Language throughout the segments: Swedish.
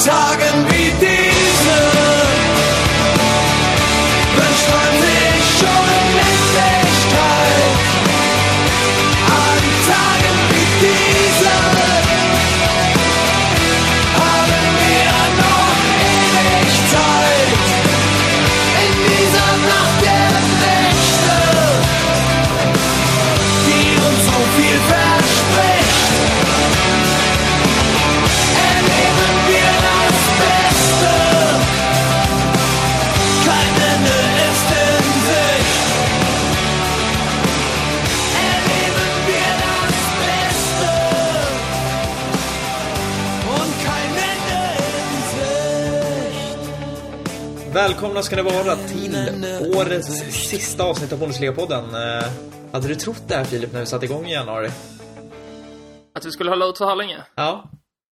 Tagen wie diesen wünscht man sich Unendlichkeit. An Tagen wie diesen haben wir noch ewig Zeit. In dieser Nacht der Nächte, die uns so viel verspricht, erleben wir das Beste. Kein Ende ist in Sicht. Erleben wir das Beste. Und kein Ende in Sicht. Välkomna ska ni vara till årets sista avsnitt av Bundesliga-podden. Hade du trott det här, Filip, när vi satte igång i januari? Att vi skulle hålla ut så här länge? Ja.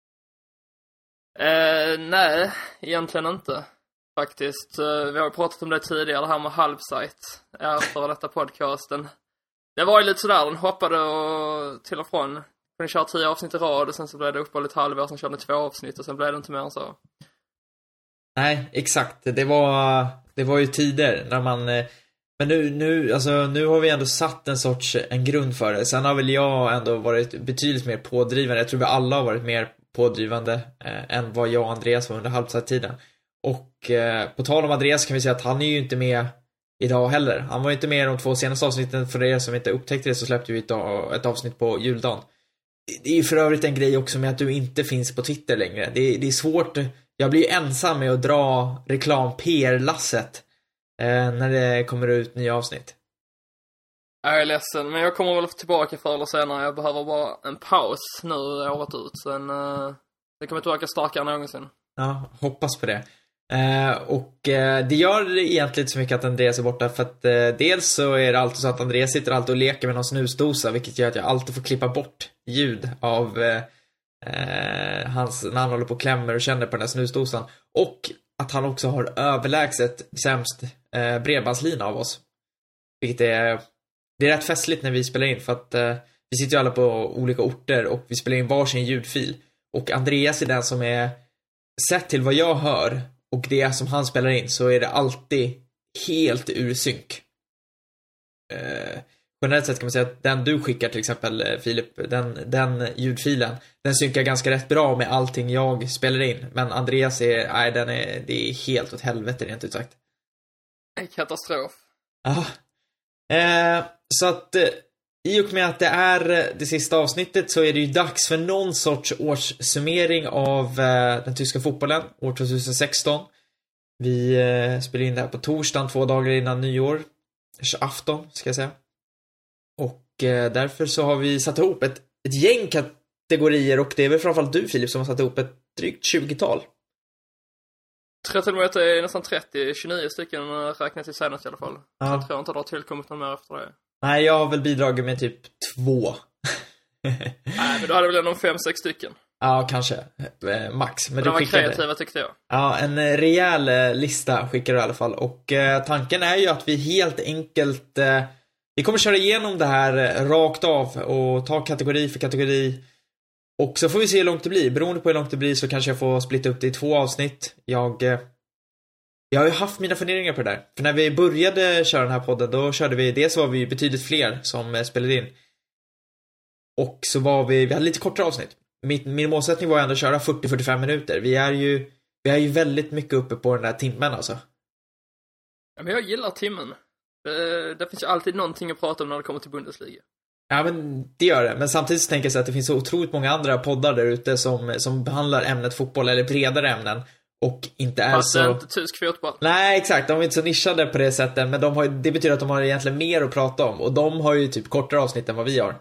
Nej, egentligen inte. Faktiskt. Vi har pratat om det tidigare, det här med halvsajt. För detta podcasten. Det var ju lite sådär, den hoppade till och från. Kunde köra 10 avsnitt i rad och sen så blev det uppehåll ett halvår. Sen körde 2 avsnitt och sen blev det inte mer än så. Nej, exakt. Det var ju tider när man... Men nu har vi ändå satt en grund för det. Sen har väl jag ändå varit betydligt mer pådrivande. Jag tror vi alla har varit mer pådrivande än vad jag och Andreas var under halvtid-tiden. Och på tal om Andreas kan vi säga att han är ju inte med idag heller. Han var ju inte med i de 2 senaste avsnitten. För er som inte upptäckte det så släppte vi ett avsnitt på juldagen. Det är ju för övrigt en grej också med att du inte finns på Twitter längre. Det är svårt. Jag blir ju ensam med att dra reklam-PR-lasset när det kommer ut nya avsnitt. Jag är ledsen, men jag kommer väl tillbaka förr eller senare. Jag behöver bara en paus nu året ut. Sen det kommer tillbaka starkare än någonsin. Ja, hoppas på det. Det gör egentligen inte så mycket att Andreas är borta. För att dels så är det alltid så att Andreas sitter alltid och leker med någon snusdosa. Vilket gör att jag alltid får klippa bort ljud av när han håller på och klämmer och känner på den här snusdosan. Och att han också har överlägset sämst bredbandslina av oss. Vilket det är rätt festligt när vi spelar in. För att vi sitter ju alla på olika orter och vi spelar in varsin ljudfil. Och Andreas är den som är, sett till vad jag hör och det som han spelar in, så är det alltid helt ur synk. Generellt sett kan man säga att den du skickar till exempel, Filip, den ljudfilen, den synkar ganska rätt bra med allting jag spelar in. Men Andreas det är helt åt helvete rent ut sagt. En katastrof. Ja. Så att i och med att det är det sista avsnittet så är det ju dags för någon sorts årssummering av den tyska fotbollen år 2016. Vi spelar in det här på torsdagen 2 dagar innan nyår. Afton ska jag säga. Och därför så har vi satt ihop ett gäng kategorier. Och det är väl framförallt du, Filip, som har satt ihop ett drygt 20-tal. 30 minuter är nästan 30, 29 stycken räknat i senast i alla fall. Ja. Jag tror inte att det har tillkommit någon mer efter det. Nej, jag har väl bidragit med typ 2. Nej, men då hade väl någon 5-6 stycken. Ja, kanske. Max. Men de var kreativa tyckte jag. Ja, en rejäl lista skickar du i alla fall. Och tanken är ju att vi helt enkelt... vi kommer köra igenom det här rakt av och ta kategori för kategori. Och så får vi se hur långt det blir. Beroende på hur långt det blir så kanske jag får splitta upp det i 2 avsnitt. Jag har ju haft mina funderingar på det där. För när vi började köra den här podden, då körde vi... Dels var vi betydligt fler som spelade in. Och så var vi hade lite kortare avsnitt. Min målsättning var ändå att köra 40-45 minuter. Vi är ju väldigt mycket uppe på den där timmen alltså. Ja, men jag gillar timmen. Det finns ju alltid någonting att prata om när det kommer till Bundesliga. Ja, men det gör det. Men samtidigt så tänker jag så att det finns så otroligt många andra poddar där ute som behandlar ämnet fotboll eller bredare ämnen. Och inte är fast så... det är inte tysk fotboll. Nej, exakt. De är inte så nischade på det sättet. Men det betyder att de har egentligen mer att prata om. Och de har ju typ kortare avsnitt än vad vi har.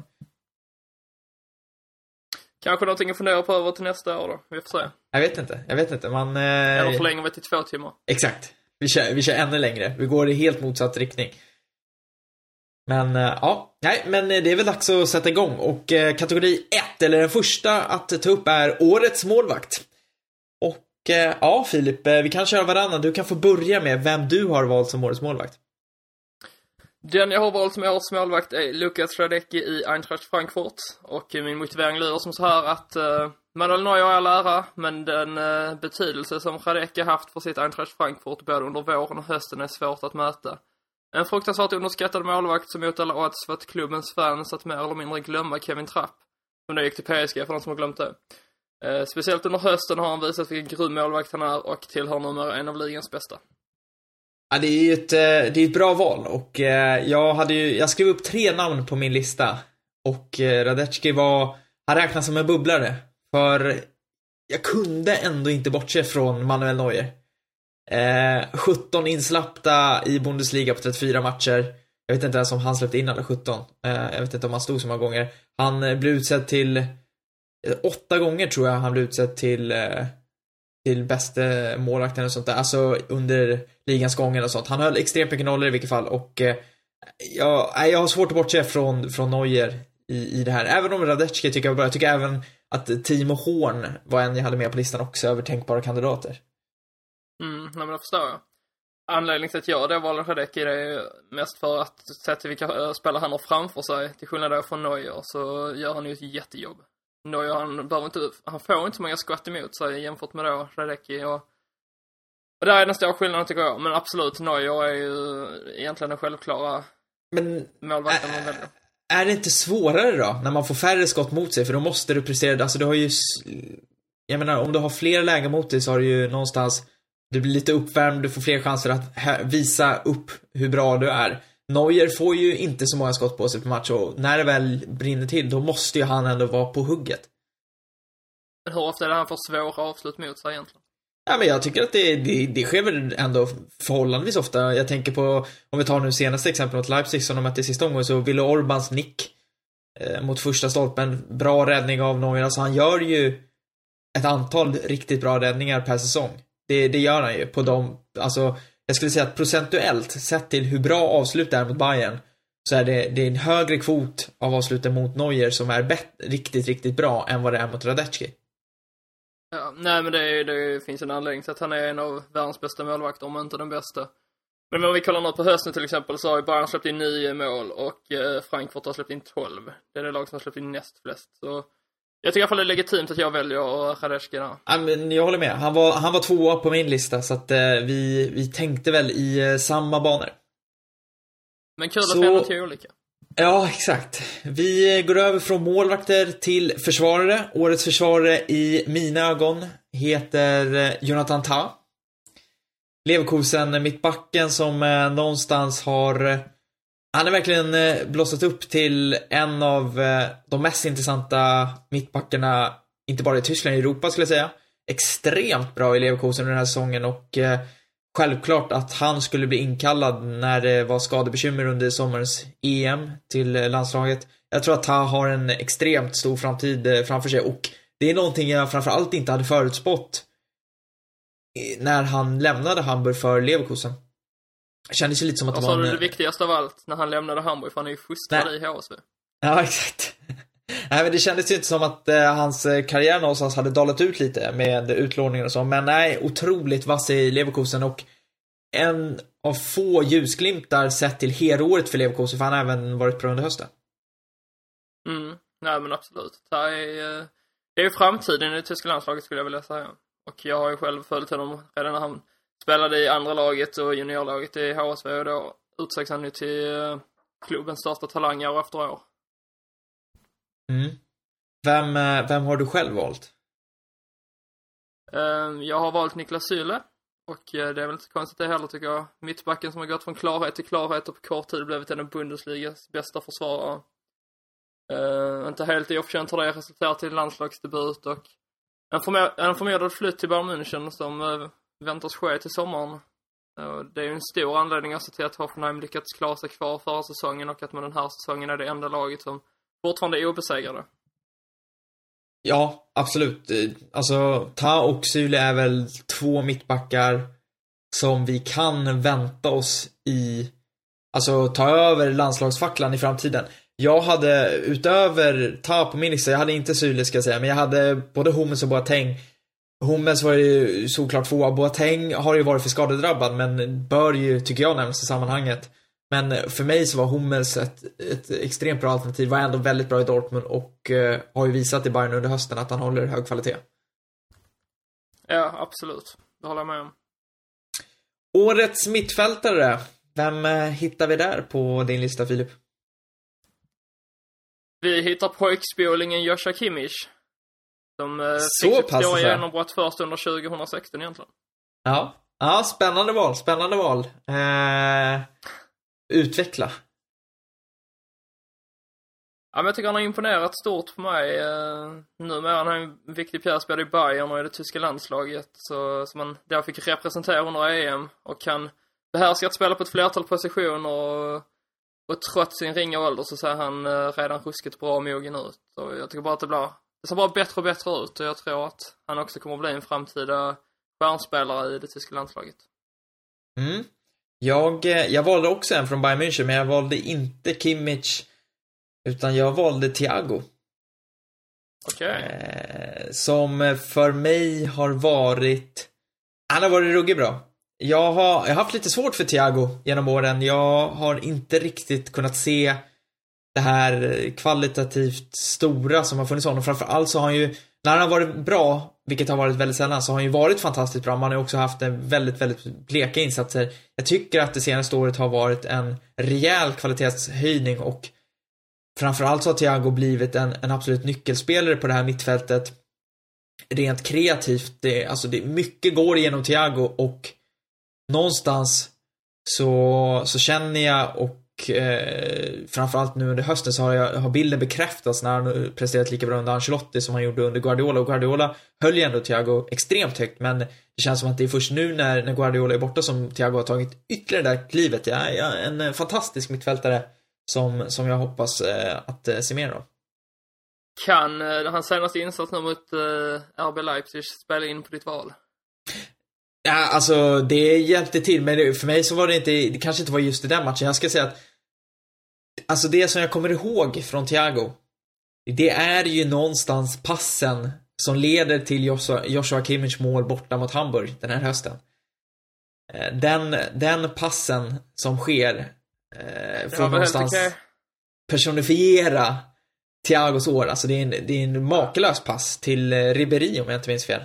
Kanske någonting att fundera på över till nästa år då. Vi får se. Jag vet inte. Eller förlänger vi till 2 timmar. Exakt. Vi kör ännu längre. Vi går i helt motsatt riktning. Men men det är väl dags att sätta igång. Och kategori 1, eller den första att ta upp, är årets målvakt. Och Filip, vi kan köra varannan. Du kan få börja med vem du har valt som årets målvakt. Den jag har valt som årets målvakt är Lukas Hradecky i Eintracht Frankfurt. Och min motivering lyder som så här att Manuel Neuer är all ära, men den betydelse som Hradecky haft för sitt Eintracht Frankfurt både under våren och hösten är svårt att mäta. En fruktansvärt underskattad målvakt som mot alla odds för att klubbens fans att mer eller mindre glömma Kevin Trapp, som då gick till PSG för de som har glömt det. Speciellt under hösten har han visat vilken grym målvakt han är och tillhör numera en av ligans bästa. Ja, det är ju ett bra val och jag skrev upp 3 namn på min lista och Hradecky han räknas som en bubblare för jag kunde ändå inte bortse från Manuel Neuer. 17 insläppta i Bundesliga på 34 matcher. Jag vet inte ens om han släppte in alla 17. Jag vet inte om han stod så många gånger. Han blev utsedd till 8 gånger tror jag han blev utsedd till bästa målvakten och sånt där. Alltså under ligans gången och sånt. Han höll extremt mycket nollor i vilket fall. Och jag har svårt att bortse från Neuer i det här. Även om Hradecky tycker jag var bra. Jag tycker även att Timo Horn var en jag hade med på listan också över tänkbara kandidater. Nej, men jag förstår. Anledningen till att jag då valde Hradecky är mest för att sett till vilka spelare han har framför sig. Till skillnad då från Neuer så gör han ju ett jättejobb. Neuer han får inte så många skott emot sig jämfört med då Hradecky och där är den stora skillnaden tycker jag. Men absolut, Neuer är ju egentligen den självklara målvakten man väljer. Är det inte svårare då när man får färre skott mot sig? För då måste du prestera, alltså du har ju, jag menar om du har fler lägen mot dig så har du ju någonstans, du blir lite uppvärmd, du får fler chanser att visa upp hur bra du är. Neuer får ju inte så många skott på sig på match och när det väl brinner till då måste ju han ändå vara på hugget. Men hur ofta är det han får svåra avslut mot sig egentligen? Ja, men jag tycker att det sker väl ändå förhållandevis ofta. Jag tänker på, om vi tar nu senaste exempel mot Leipzig som de mötte i sista omgången, så Ville Orbans nick mot första stolpen, bra räddning av Neuer. Alltså han gör ju ett antal riktigt bra räddningar per säsong. Det gör han ju på dem. Alltså jag skulle säga att procentuellt sett till hur bra avslut det är mot Bayern så är det en högre kvot av avsluten mot Neuer som är riktigt bra än vad det är mot Hradecky. Ja, nej men det finns en anledning till att han är en av världens bästa målvakter, om inte den bästa. Men om vi kollar nu på hösten till exempel så har ju Bayern släppt in 9 mål och Frankfurt har släppt in 12. Det är det lag som har släppt in näst flest. Så jag tycker i alla fall det är legitimt att jag väljer Hradecky där. Ja, men jag håller med. Han var 2 på min lista så att vi tänkte väl i samma banor. Men kul att vi ändå till olika. Ja, exakt. Vi går över från målvakter till försvarare. Årets försvarare i mina ögon heter Jonathan Tah. Leverkusen mittbacken som någonstans har... Han är verkligen blossat upp till en av de mest intressanta mittbackarna, inte bara i Tyskland, i Europa skulle jag säga. Extremt bra i Leverkusen den här säsongen och självklart att han skulle bli inkallad när det var skadebekymmer under sommarens EM till landslaget. Jag tror att han har en extremt stor framtid framför sig och det är någonting jag framförallt inte hade förutspått när han lämnade Hamburg för Leverkusen. Det kändes ju lite som att det var det viktigaste av allt när han lämnade Hamburg, för han är ju fostrad i HSV. Ja, exakt. Nej, men det kändes ju inte som att hans karriär någonstans hade dalat ut lite med utlåningar och så. Men nej, otroligt vass i Leverkusen och en av få ljusglimtar sett till heroåret för Leverkusen, för han har även varit bra under hösten. Nej men absolut. Det är ju framtiden i det tyska landslaget skulle jag vilja säga. Och jag har ju själv följt honom redan när han spelade i andra laget och juniorlaget i HSV och då utsågs han ju till klubbens största talang år efter år. Vem har du själv valt? Jag har valt Niklas Süle. Och det är väl inte konstigt det heller tycker jag. Mittbacken som har gått från klarhet till klarhet och på kort tid blivit en av Bundesligas bästa försvarare. Inte helt oförtjänt har det resulterat till landslagsdebut och en förmodad flytt till Bayern München som väntas ske till sommaren. Det är ju en stor anledning att se till att Hoffenheim lyckats klara sig kvar förra säsongen och att man den här säsongen är det enda laget som fortfarande är obesegrade. Ja, absolut. Alltså, Tah och Süle är väl 2 mittbackar som vi kan vänta oss i, alltså ta över landslagsfacklan i framtiden. Jag hade utöver Tah på min lista, jag hade inte Süle ska jag säga, men jag hade både Hummels och Boateng. Hummels var ju såklart 2. Boateng har ju varit för skadedrabbad men bör ju, tycker jag, nämnas i sammanhanget. Men för mig så var Hummels ett extremt bra alternativ. Var ändå väldigt bra i Dortmund och har ju visat i Bayern under hösten att han håller hög kvalitet. Ja, absolut. Det håller jag med om. Årets mittfältare. Vem hittar vi där på din lista, Filip? Vi hittar pojkspolingen Joshua Kimmich. Som Så fick pass, ett alltså. genombrott först under 2016 egentligen. Ja, spännande val. Utveckla. Ja, men jag tycker han har imponerat stort på mig. Numera han har en viktig pjäs både i Bayern och i det tyska landslaget. Så som han där fick representera under EM. Och kan behärska att spela på ett flertal positioner. Och trots sin ringa ålder så ser han redan ruskigt bra och mogen ut. Och jag tycker bara att det ser bara bättre och bättre ut. Och jag tror att han också kommer att bli en framtida stjärnspelare i det tyska landslaget. Mm. Jag valde också en från Bayern München, men jag valde inte Kimmich, utan jag valde Thiago. Okej. Som för mig han har varit ruggigt bra. Jag har haft lite svårt för Thiago genom åren. Jag har inte riktigt kunnat se det här kvalitativt stora som har funnits honom. Framförallt så har han ju, när han har varit bra, vilket har varit väldigt sällan, så har han ju varit fantastiskt bra. Man har ju också haft en väldigt, väldigt bleka insatser. Jag tycker att det senaste året har varit en rejäl kvalitetshöjning och framförallt så har Thiago blivit en absolut nyckelspelare på det här mittfältet. Rent kreativt. Det mycket går igenom Thiago och någonstans så känner jag och framförallt nu under hösten så har bilden bekräftats när han presterat lika bra under Ancelotti som han gjorde under Guardiola. Och Guardiola höll ju ändå Thiago extremt högt, men det känns som att det är först nu när Guardiola är borta som Thiago har tagit ytterligare det där klivet. En fantastisk mittfältare som jag hoppas att se mer av. Kan hans senaste insats nu mot RB Leipzig spela in på ditt val? Ja, alltså det hjälpte till, men för mig så var det kanske inte var just i den matchen. Jag ska säga att alltså det som jag kommer ihåg från Thiago, det är ju någonstans passen som leder till Joshua Kimmich mål borta mot Hamburg den här hösten. Den passen som sker får någonstans personifiera Thiagos år. Alltså det är en makalös pass till Ribéry om jag inte minns fel.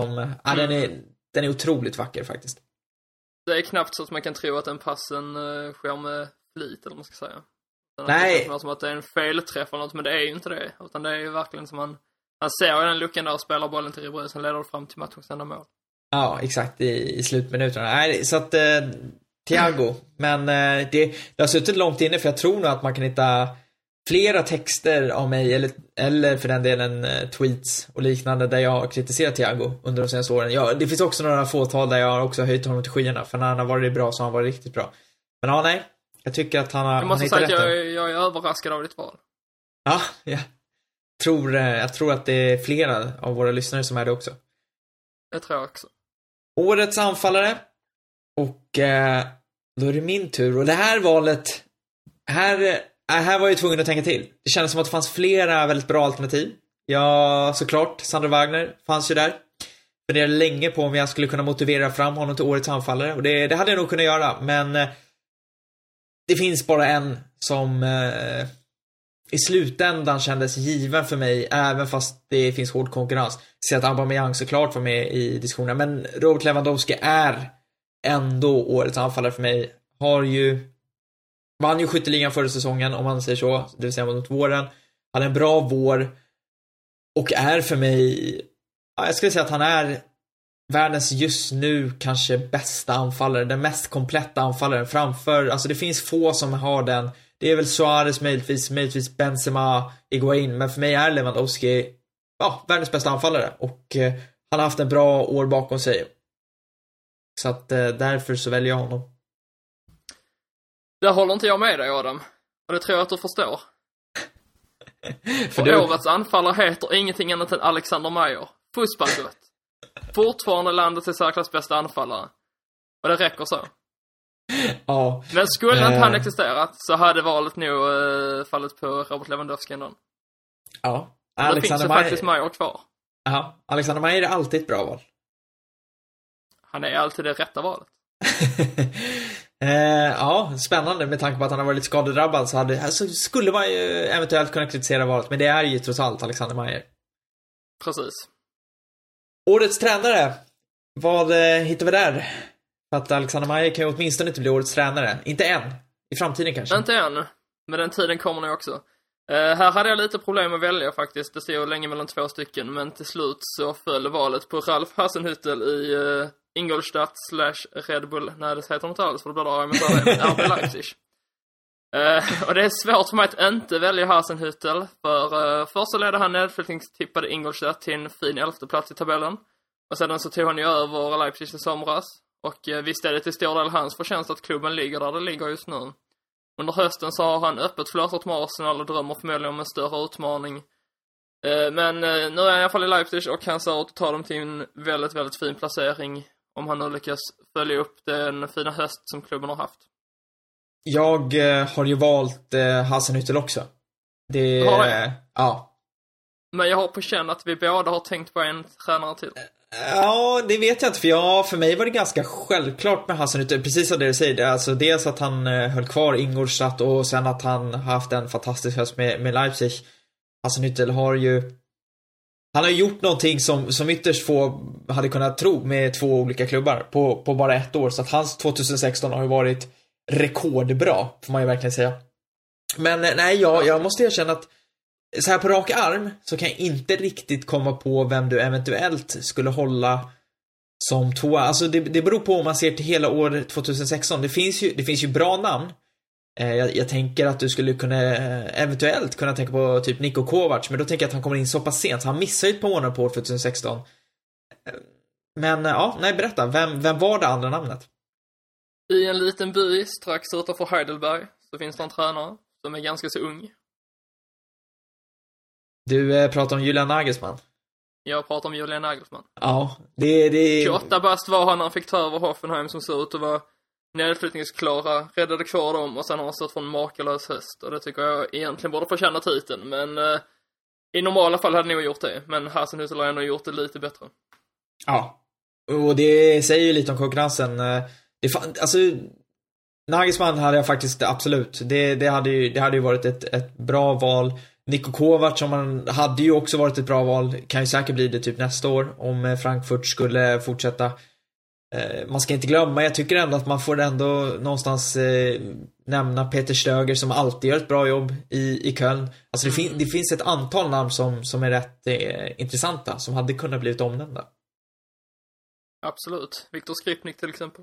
Den är otroligt vacker faktiskt. Det är knappt så att man kan tro att den passen sker med flit, eller vad man ska säga. Nej. Det som att det är en felträff eller något, men det är ju inte det. Utan det är ju verkligen som han ser ju den luckan där och spelar bollen till Ribéry, sen leder det fram till matchens enda mål. Ja, exakt, i slutminuterna. Nej, så att Thiago, men det har suttit långt inne, för jag tror nog att man kan hitta flera texter av mig eller för den delen tweets och liknande där jag har kritiserat Thiago under de senaste åren. Ja, det finns också några fåtal där jag har också höjt honom till skyarna, för när han har varit bra så har han varit riktigt bra. Men ja, nej. Jag tycker att han har Jag måste säga att jag är överraskad av ditt val. Ja, jag tror att det är flera av våra lyssnare som är det också. Jag tror också. Årets anfallare. Och då är det min tur. Och det här valet, här var jag tvungen att tänka till. Det kändes som att det fanns flera väldigt bra alternativ. Ja, såklart, Sandro Wagner fanns ju där. Funderade länge på om jag skulle kunna motivera fram honom till årets anfallare. Och det hade jag nog kunnat göra. Men det finns bara en som i slutändan kändes given för mig, även fast det finns hård konkurrens. Så att Aubameyang såklart var med i diskussionen. Men Robert Lewandowski är ändå årets anfallare för mig. Vann ju skytteligan förra säsongen, om man säger så, det vill säga mot våren. Hade en bra vår och är för mig, jag skulle säga att han är världens just nu kanske bästa anfallare, den mest kompletta anfallaren framför, alltså det finns få som har den. Det är väl Suarez, möjligtvis Benzema, Higuain, men för mig är Lewandowski världens bästa anfallare och han har haft en bra år bakom sig. Så att därför så väljer jag honom. Det håller inte jag med dig, Adam. Och det tror jag att du förstår. För årets anfallare heter ingenting annat än Alexander Meyer. Fussballgott. Fortfarande landets i särklass bästa anfallare. Och det räcker så. Ja. Men skulle inte han existerat så hade valet nog fallit på Robert Lewandowski ändå. Ja. Det finns ju faktiskt Meyer kvar. Ja, Alexander Meyer är alltid ett bra val. Han är alltid det rätta valet. Ja, spännande med tanke på att han har varit lite skadedrabbad så skulle man ju eventuellt kunna kritisera valet, men det är ju trots allt Alexander Meyer. Precis. Årets tränare, vad hittar vi där? För att Alexander Meyer kan ju åtminstone inte bli årets tränare. Inte än. I framtiden kanske. Inte än. Men den tiden kommer nu också. Här hade jag lite problem att välja faktiskt. Det stod länge mellan 2 stycken. Men till slut så föll valet på Ralf Hasenhüttl i Ingolstadt / Red Bull. Nej, det heter inte alls för det blir det RB Leipzig. Och det är svårt för mig att inte välja Hasenhüttl. För först så ledde han nedflyttningstippade Ingolstadt till en fin 11:e plats i tabellen. Och sedan så tog han ju över Leipzig i somras. Och visst är det till stor del hans förtjänst att klubben ligger där det ligger just nu. Under hösten så har han öppet flörtat med Arsenal och drömmer förmodligen om en större utmaning. Men nu är han i alla fall i Leipzig och han ser ut att ta dem till en väldigt, väldigt fin placering om han nu lyckas följa upp den fina höst som klubben har haft. Jag har ju valt Hasenhüttl också. Ja. Men jag har på känn att vi båda har tänkt på en tränare till. Ja, det vet jag inte. För mig var det ganska självklart med Hasenhüttl. Precis som det du säger. Alltså dels att han höll kvar Ingolstadt och sen att han haft en fantastisk höst med Leipzig. Hasenhüttl har gjort någonting som ytterst få hade kunnat tro med 2 olika klubbar på bara 1 år. Så att hans 2016 har ju varit rekordbra, får man ju verkligen säga. Men nej, jag måste erkänna att så här på rak arm så kan jag inte riktigt komma på vem du eventuellt skulle hålla som 2. Alltså det beror på om man ser till hela år 2016. Det finns ju bra namn. Jag tänker att du skulle eventuellt kunna tänka på typ Niko Kovac, men då tänker jag att han kommer in så pass sent. Han missar ju ett par månader på år 2016. Men ja, nej, berätta. Vem var det andra namnet? I en liten by strax utanför Heidelberg så finns det en tränare som är ganska så ung. Du pratar om Julian Nagelsmann. Jag pratar om Julian Nagelsmann. Ja, det 28 bast var han när han fick ta över Hoffenheim som såg ut att vara nedflyttningsklara, räddade kvar dem och sen har han stått från en makalös höst. Och det tycker jag egentligen borde förtjäna titeln. Men i normala fall hade ni gjort det. Men Hasenhüttl har ändå gjort det lite bättre. Ja, och det säger ju lite om konkurrensen. Alltså, Nagelsmann hade jag faktiskt absolut. Det hade ju varit ett bra val. Niko Kovac som man hade ju också varit ett bra val. Kan ju säkert bli det typ nästa år om Frankfurt skulle fortsätta. Man ska inte glömma, jag tycker ändå att man får ändå någonstans nämna Peter Stöger som alltid gör ett bra jobb i Köln. Alltså det finns ett antal namn som är rätt intressanta, som hade kunnat blivit omnämnda. Absolut. Viktor Skripnik till exempel.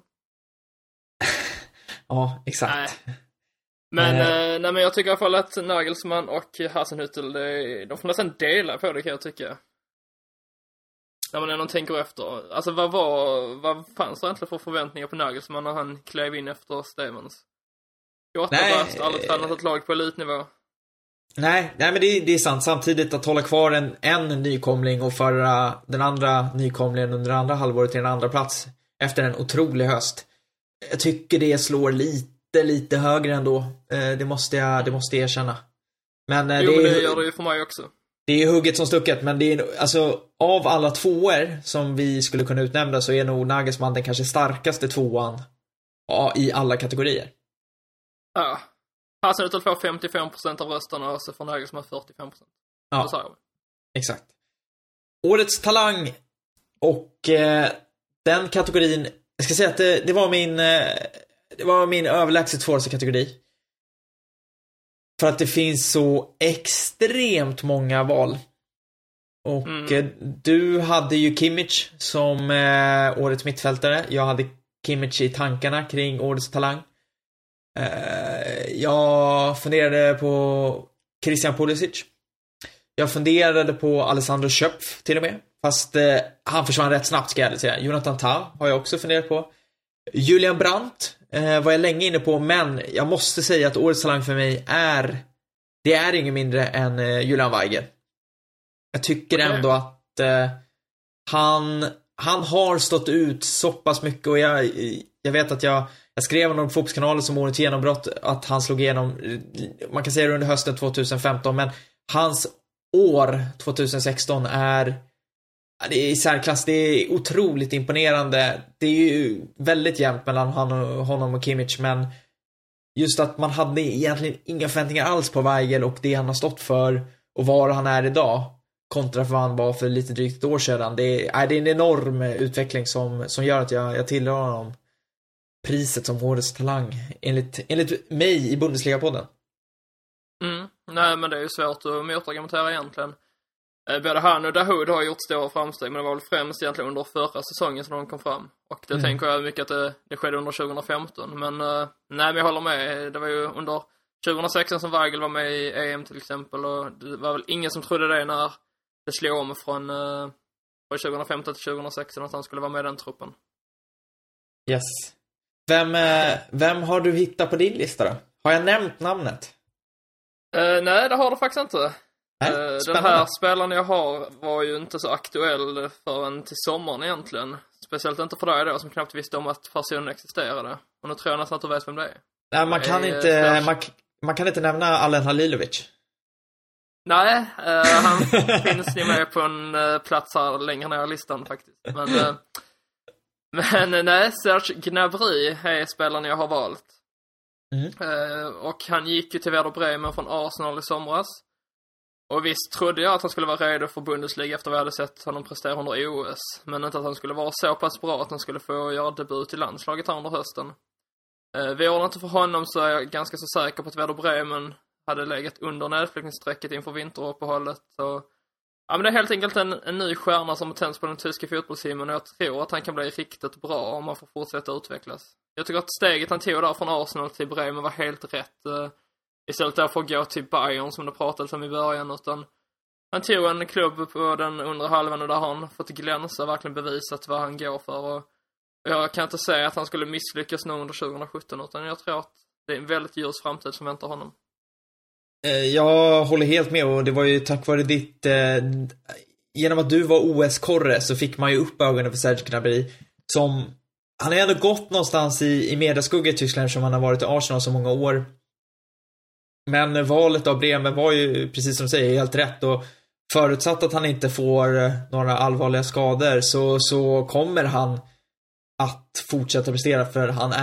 Ja, exakt. Nej. Men jag tycker i alla fall att Nagelsmann och Hasenhüttl, de får nästan dela på det, kan jag tycka. När man ändå tänker efter. Alltså vad fanns det egentligen för förväntningar på Nagelsmann när han klev in efter Stevens? 28 bast, aldrig tränat ett lag på elitnivå. Nej, men det är sant. Samtidigt att hålla kvar en nykomling och föra den andra nykomlingen under andra halvåret till en andra plats efter en otrolig höst. Jag tycker det slår lite högre ändå. Det måste jag erkänna. Men det gör det ju för mig också. Det är hugget som stucket, men det är alltså av alla 2:or som vi skulle kunna utnämna så är nog Nagelsmann den kanske starkaste 2:an i alla kategorier. Ja. Hasenhüttl får 55% av rösterna och så får Nagelsmann 45%. Ja, exakt. Årets talang och den kategorin, jag ska säga att det var min överlägset svåraste kategori. För att det finns så extremt många val. Och du hade ju Kimmich som årets mittfältare. Jag hade Kimmich i tankarna kring årets talang. Jag funderade på Christian Pulisic. Jag funderade på Alessandro Schöpf till och med. Fast han försvann rätt snabbt, ska jag säga. Jonathan Tah har jag också funderat på. Julian Brandt var jag länge inne på, men jag måste säga att årets talang för mig är ingen mindre än Julian Weigel. Jag tycker ändå att han har stått ut så pass mycket, och jag vet att jag skrev om fotbollskanalen som årets genombrott att han slog igenom, man kan säga det under hösten 2015, men hans år 2016 är det är i särklass, det är otroligt imponerande. Det är ju väldigt jämnt mellan honom och Kimmich, men just att man hade egentligen inga förväntningar alls på Weigl och det han har stått för och var han är idag kontra för vad han var för lite drygt ett år sedan. Det är en enorm utveckling som gör att jag tillhör honom priset som årets talang enligt mig i Bundesliga-podden. Nej, men det är ju svårt att motargumentera egentligen. Både han och Dahoud har gjort stora framsteg, men det var väl främst egentligen under förra säsongen som de kom fram. Och det tänker jag mycket att det skedde under 2015. Men nej, men jag håller med. Det var ju under 2016 som Weigl var med i EM till exempel, och det var väl ingen som trodde det när det slog om från 2015 till 2016 att han skulle vara med i den truppen. Yes. Vem har du hittat på din lista då? Har jag nämnt namnet? Nej, det har du faktiskt inte. Den här spelaren jag har var ju inte så aktuell förrän till sommaren egentligen. Speciellt inte för dig då, som knappt visste om att personen existerade. Och nu tror jag nästan att du vet vem det är. Nej, man kan inte nämna Alen Halilovic. Nej, han finns ju med på en plats här längre ner i listan faktiskt. Men nej, Serge Gnabry är spelaren jag har valt. Och han gick ju till Werder Bremen från Arsenal i somras. Och visst trodde jag att han skulle vara redo för Bundesliga efter att vi hade sett honom prestera under OS. Men inte att han skulle vara så pass bra att han skulle få göra debut i landslaget här under hösten. Vore det inte för honom så är jag ganska så säker på att Werder Bremen hade legat under nedflyttningssträcket inför vinteruppehållet. Så ja, men det är helt enkelt en ny stjärna som har tänts på den tyska fotbollshimlen, och jag tror att han kan bli riktigt bra om han får fortsätta utvecklas. Jag tycker att steget han tog där från Arsenal till Bremen var helt rätt. Istället för att gå till Bayern som det pratades om i början, utan han tog en klubb på den undre halvan och där har han fått glänsa, verkligen bevisat vad han går för. Och jag kan inte säga att han skulle misslyckas nu under 2017, utan jag tror att det är en väldigt ljus framtid som väntar honom. Jag håller helt med, och det var ju tack vare ditt genom att du var OS-korre så fick man ju upp ögonen för Serge Gnabry, som han har ändå gått någonstans i mediaskugga i Tyskland som han har varit i Arsenal så många år. Men valet av Bremen var ju, precis som du säger, helt rätt, och förutsatt att han inte får några allvarliga skador så kommer han att fortsätta prestera, för han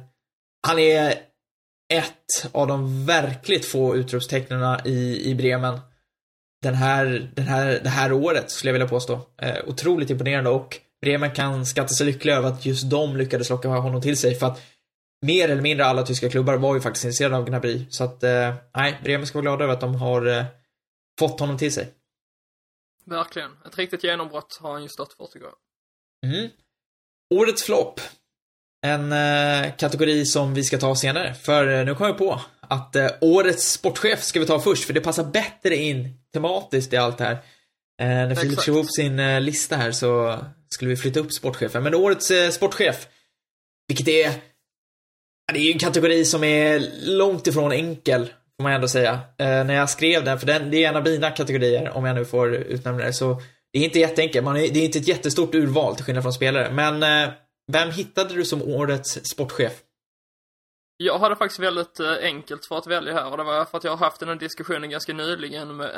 är ett av de verkligt få utropstecknarna i Bremen det här året, skulle jag vilja påstå. Otroligt imponerande, och Bremen kan skatta sig lyckliga över att just de lyckades locka honom till sig, för att mer eller mindre alla tyska klubbar var ju faktiskt intresserade av Gnabry. Så att, nej, Bremen ska vara glada över att de har fått honom till sig. Verkligen. Ett riktigt genombrott har han ju stått för, tycker jag. Årets flopp. En kategori som vi ska ta senare. För nu kom jag på att årets sportchef ska vi ta först, för det passar bättre in tematiskt i allt det här. När Filip slog upp sin lista här så skulle vi flytta upp sportchefen. Men årets sportchef, vilket det är ju en kategori som är långt ifrån enkel, får man ändå säga. När jag skrev den, för det är en av mina kategorier, om jag nu får utnämna det, så det är inte jätteenkelt. Det är inte ett jättestort urval till skillnad från spelare. Men vem hittade du som årets sportchef? Jag hade faktiskt väldigt enkelt för att välja här, och det var för att jag har haft den här diskussionen ganska nyligen med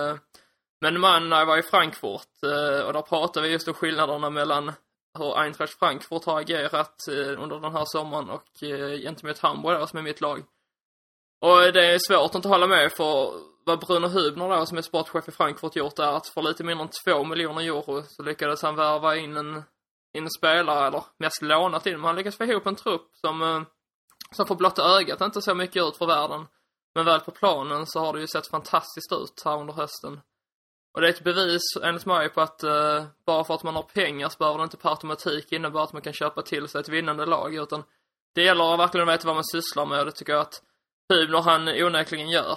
en man när jag var i Frankfurt, och där pratade vi just om skillnaderna mellan hur Eintracht Frankfurt har agerat under den här sommaren och gentemot Hamburg då, som är mitt lag. Och det är svårt att inte hålla med, för vad Bruno Hübner då, som är sportchef i Frankfurt, gjort är att för lite mindre än 2 miljoner euro så lyckades han värva in en spelare, eller mest lånat in, men han lyckades få ihop en trupp som får blotta ögat inte så mycket ut för världen, men väl på planen så har det ju sett fantastiskt ut här under hösten. Och det är ett bevis enligt mig på att bara för att man har pengar så behöver det inte per automatik innebära att man kan köpa till sig ett vinnande lag, utan det gäller att verkligen veta vad man sysslar med, och det tycker jag att Hübner han onekligen gör.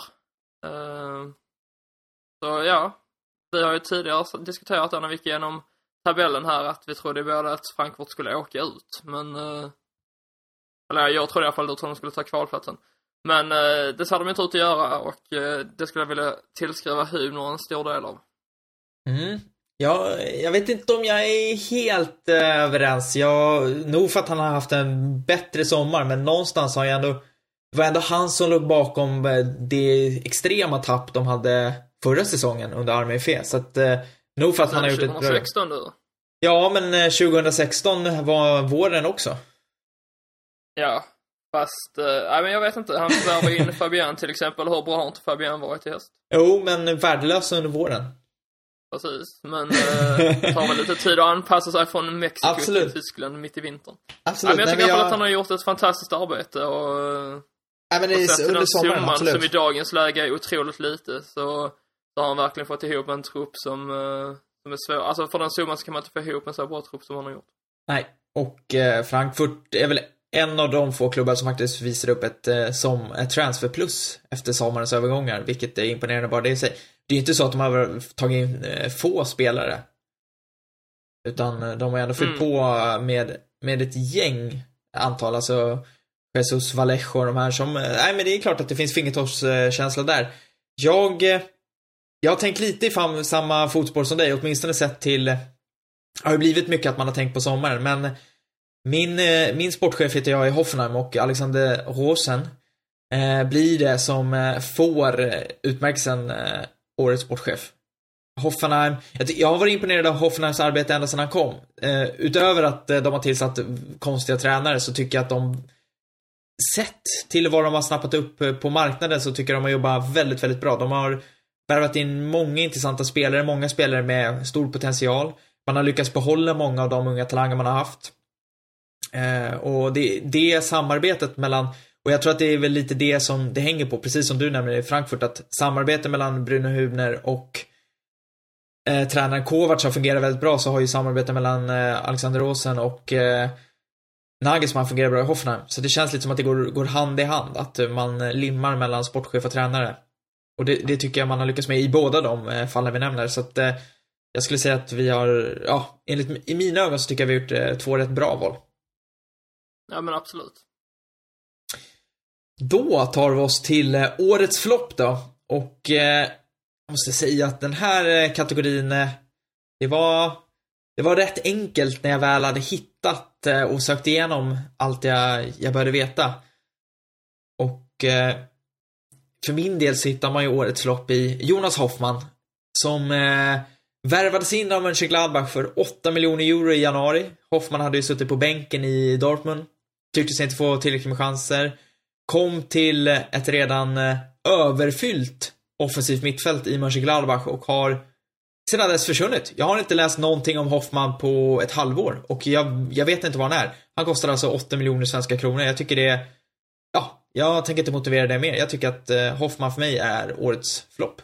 Så ja, vi har ju tidigare diskuterat när vi gick igenom tabellen här att vi trodde båda att Frankfurt skulle åka ut, men eller jag trodde i alla fall att de skulle ta kvalplatsen. Men det sa de inte ut att göra, och det skulle jag vilja tillskriva Hübner en stor del av. Ja, jag vet inte om jag är helt överens. Nog för att han har haft en bättre sommar, men någonstans har jag ändå, det var ändå han som låg bakom det extrema tapp de hade förra säsongen under Arme Fe. Så att Nog för att han har gjort ett bra... 2016 då. Ja, men 2016 var våren också. Ja, fast... men jag vet inte. Han värvade in Fabian till exempel. Hur bra har inte Fabian varit i höst? Jo, men värdelös under våren. Precis, men det tar väl lite tid att anpassa sig från Mexiko Absolut. till Tyskland mitt i vintern. Absolut. Men jag tycker att han har gjort ett fantastiskt arbete och... Men det är under sommaren, summan absolut. som i dagens läge är otroligt lite, så har han verkligen fått ihop en trupp som är svår. Alltså för den summan så kan man inte få ihop en så bra trupp som han har gjort. Nej, och Frankfurt är väl en av de få klubbar som faktiskt visar upp ett transfer plus efter sommarens övergångar, vilket är imponerande bara det i sig. Det är inte så att de har tagit in få spelare, utan de har ändå fyllt på med ett gäng antal, alltså Jesus, Vallejo och de här som... Nej, men det är klart att det finns fingertoppskänsla där. Jag har tänkt lite i samma fotspår som dig, åtminstone sett till... Det har ju blivit mycket att man har tänkt på sommaren, men min sportchef heter jag i Hoffenheim, och Alexander Rosen blir det som får utmärkelsen årets sportchef. Hoffenheim, jag har varit imponerad av Hoffenheims arbete ända sedan han kom. Utöver att de har tillsatt konstiga tränare, så tycker jag att de, sett till vad de har snappat upp på marknaden, så tycker jag de har jobbat väldigt, väldigt bra. De har värvat in många intressanta spelare, många spelare med stor potential. Man har lyckats behålla många av de unga talanger man har haft. Och det samarbetet mellan, och jag tror att det är väl lite det som det hänger på, precis som du nämnde i Frankfurt, att samarbete mellan Bruno Hübner och tränaren Kovac har fungerat väldigt bra, så har ju samarbete mellan Alexander Rosen och Nagelsmann fungerar bra i Hoffenheim. Så det känns lite som att det går hand i hand, att man limmar mellan sportchef och tränare. Och det tycker jag man har lyckats med i båda de fallen vi nämner. Så att jag skulle säga att vi har, i mina ögon så tycker jag vi har gjort 2 rätt bra val. Ja, men absolut. Då tar vi oss till årets flopp då. Och jag måste säga att den här kategorin, det var rätt enkelt när jag väl hade hittat och sökt igenom allt jag började veta. Och för min del så hittar man ju årets flopp i Jonas Hoffmann, som värvades in av Mönchengladbach för 8 miljoner euro i januari. Hoffmann hade ju suttit på bänken i Dortmund, tyckte sig inte få tillräckligt med chanser, kom till ett redan överfyllt offensivt mittfält i Mönchengladbach och har sedan dess försvunnit. Jag har inte läst någonting om Hoffmann på ett halvår, och jag vet inte vad han är. Han kostar alltså 8 miljoner svenska kronor. Jag tycker det, jag tänker inte motivera det mer. Jag tycker att Hoffmann för mig är årets flopp.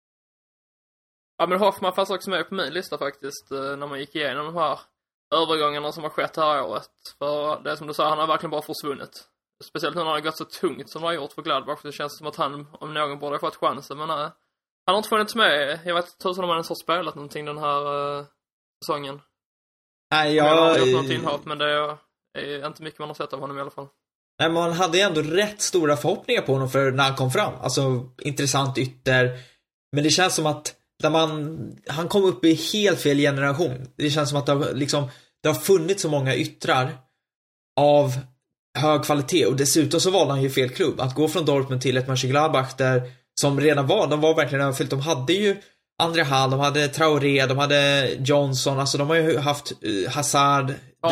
Ja, men Hoffmann fanns också med på min lista faktiskt, när man gick igenom de här övergångarna som har skett det här året. För det som du sa, han har verkligen bara försvunnit. Speciellt när han har gått så tungt som han har gjort för Gladbach. Det känns som att han om någon borde ha fått chansen, men han har inte funnits med. Jag vet inte om han ens har spelat någonting den här säsongen. Nej, jag har gjort något inhopp, men det är inte mycket man har sett av honom i alla fall. Nej, man hade ju ändå rätt stora förhoppningar på honom för när han kom fram. Alltså, intressant ytter. Men det känns som att han kom upp i helt fel generation. Det känns som att det har funnits så många yttrar av hög kvalitet, och dessutom så valde han ju fel klubb. Att gå från Dortmund till ett Mönchengladbach där, som redan de var verkligen överfyllt. De hade ju André Hall, de hade Traoré, de hade Johnson, alltså de har ju haft Hazard.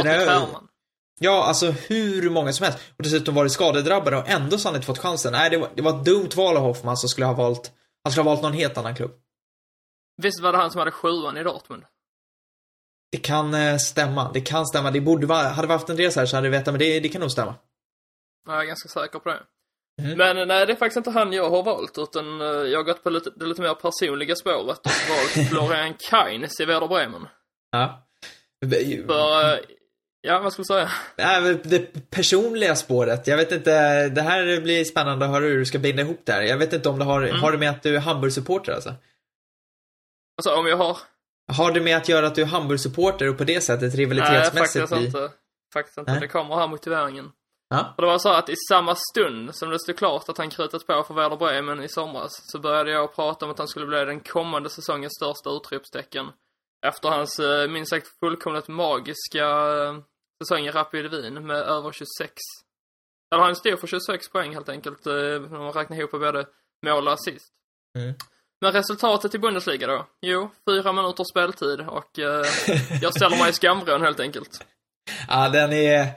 Ja, alltså hur många som helst. Och dessutom var det skadedrabbade, och ändå så han inte fått chansen. Nej, det var ett dumt val av Hoffmann, som skulle ha valt någon helt annan klubb. Visst var det han som hade 7:an i Dortmund? Det kan stämma. Det borde vara, hade vi haft en resa här så hade vi vetat, men det kan nog stämma. Jag är ganska säker på det. Men nej, det är faktiskt inte han jag har valt, utan jag har gått på det lite mer personliga spåret och valt Florian Kainz i Werder Bremen. Ja. Ja, vad ska vi säga? Det personliga spåret. Jag vet inte, det här blir spännande att höra hur du ska binda ihop det här. Jag vet inte om det har det med att du är Hamburg-supporter alltså? Alltså om jag har det med att göra att du är Hamburg-supporter och på det sättet rivalitetsmässigt? Nej, faktiskt inte. Det kommer här motiveringen. Ja. Och det var så att i samma stund som det stod klart att han krutat på för Werder Bremen i somras, så började jag prata om att han skulle bli den kommande säsongens största utropstecken. Efter hans minst sagt fullkomligt magiska säsong i Rapid Wien med över 26. Eller han stod för 26 poäng helt enkelt, när man räknar ihop på både mål och assist. Men resultatet i Bundesliga då? Jo, 4 minuters speltid och jag ställer mig i skamvrån helt enkelt. Ja, den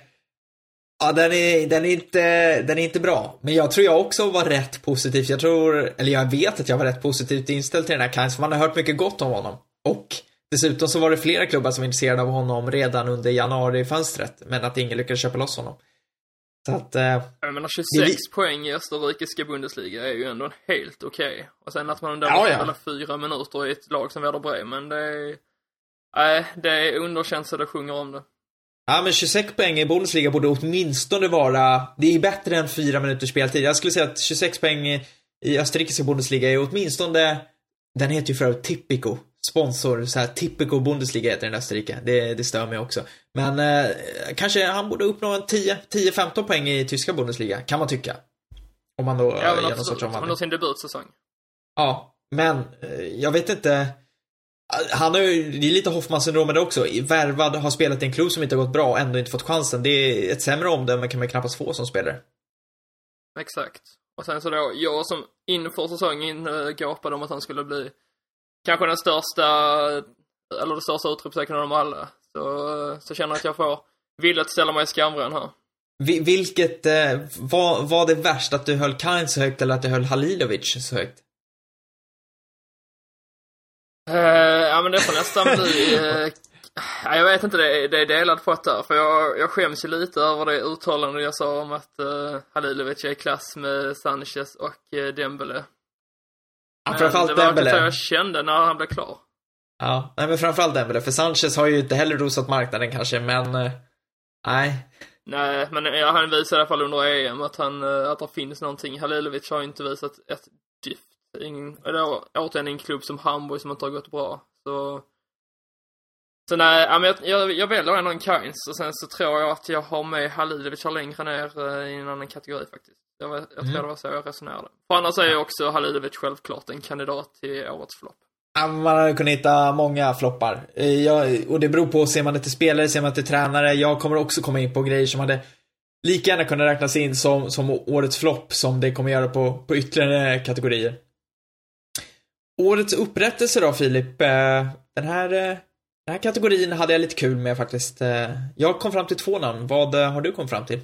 är inte bra. Men jag tror jag också var rätt positivt. Jag vet att jag var rätt positivt inställd till den här Kainz. För man har hört mycket gott om honom. Och dessutom så var det flera klubbar som var intresserade av honom redan under januari-fönstret. Men att ingen lyckades köpa loss honom. Så att... Jag menar 26 poäng i österrikiska Bundesliga är ju ändå helt okej. Och sen att man där spelar 4 minuter i ett lag som Werder Bremen, det är underkänt så det sjunger om det. Ja, men 26 poäng i Bundesliga borde åtminstone vara... Det är bättre än 4 minuters speltid. Jag skulle säga att 26 poäng i österrikiska Bundesliga är åtminstone... Den heter ju för Tipico. Sponsor, så här Tipico Bundesliga heter den i Österrike. Det stör mig också. Men kanske han borde uppnå en 10-15 poäng i tyska Bundesliga, kan man tycka. Om man då gör någon sorts omvandling. Under sin debutsäsong. Ja, men jag vet inte... Han har ju, det är lite Hoffman-syndrom med det också. Värvad, har spelat i en klubb som inte har gått bra och ändå inte fått chansen. Det är ett sämre omdöme kan man knappast få som spelare. Exakt. Och sen så då, jag som inför säsongen gapade om att han skulle bli kanske den största, eller det största utropstecknet av dem alla. Så känner jag att jag får villigt ställa mig i skamvrån här. Vilket, var det värst att du höll Kainz så högt eller att du höll Halilovic så högt? Ja, men det får nästan bli... jag vet inte, det är delat på där. För jag skäms ju lite över det uttalande jag sa om att Halilovic är i klass med Sanchez och Dembele. Ja, framförallt det var Dembele. Det jag kände när han blev klar. Ja, nej, men framförallt Dembele. För Sanchez har ju inte heller rosat marknaden kanske, men... nej. Nej, men han visar i alla fall under EM att det finns någonting. Halilovic har ju inte visat ett dyft. Återigen en klubb som Hamburg som inte har gått bra. Så nej, men jag väljer ändå en Kainz. Och sen så tror jag att jag har med Halilovic längre ner i en annan kategori faktiskt. Jag tror det var så jag resonerade. För annars är ju också Halilovic självklart en kandidat till årets flopp. Man har kunnat hitta många floppar. Och det beror på, ser man det till spelare, ser man det till tränare. Jag kommer också komma in på grejer som hade lika gärna kunnat räknas in som årets flopp, som det kommer göra på ytterligare kategorier. Årets upprättelse då, Filip. Den här kategorin hade jag lite kul med faktiskt. Jag kom fram till 2 namn. Vad har du kommit fram till?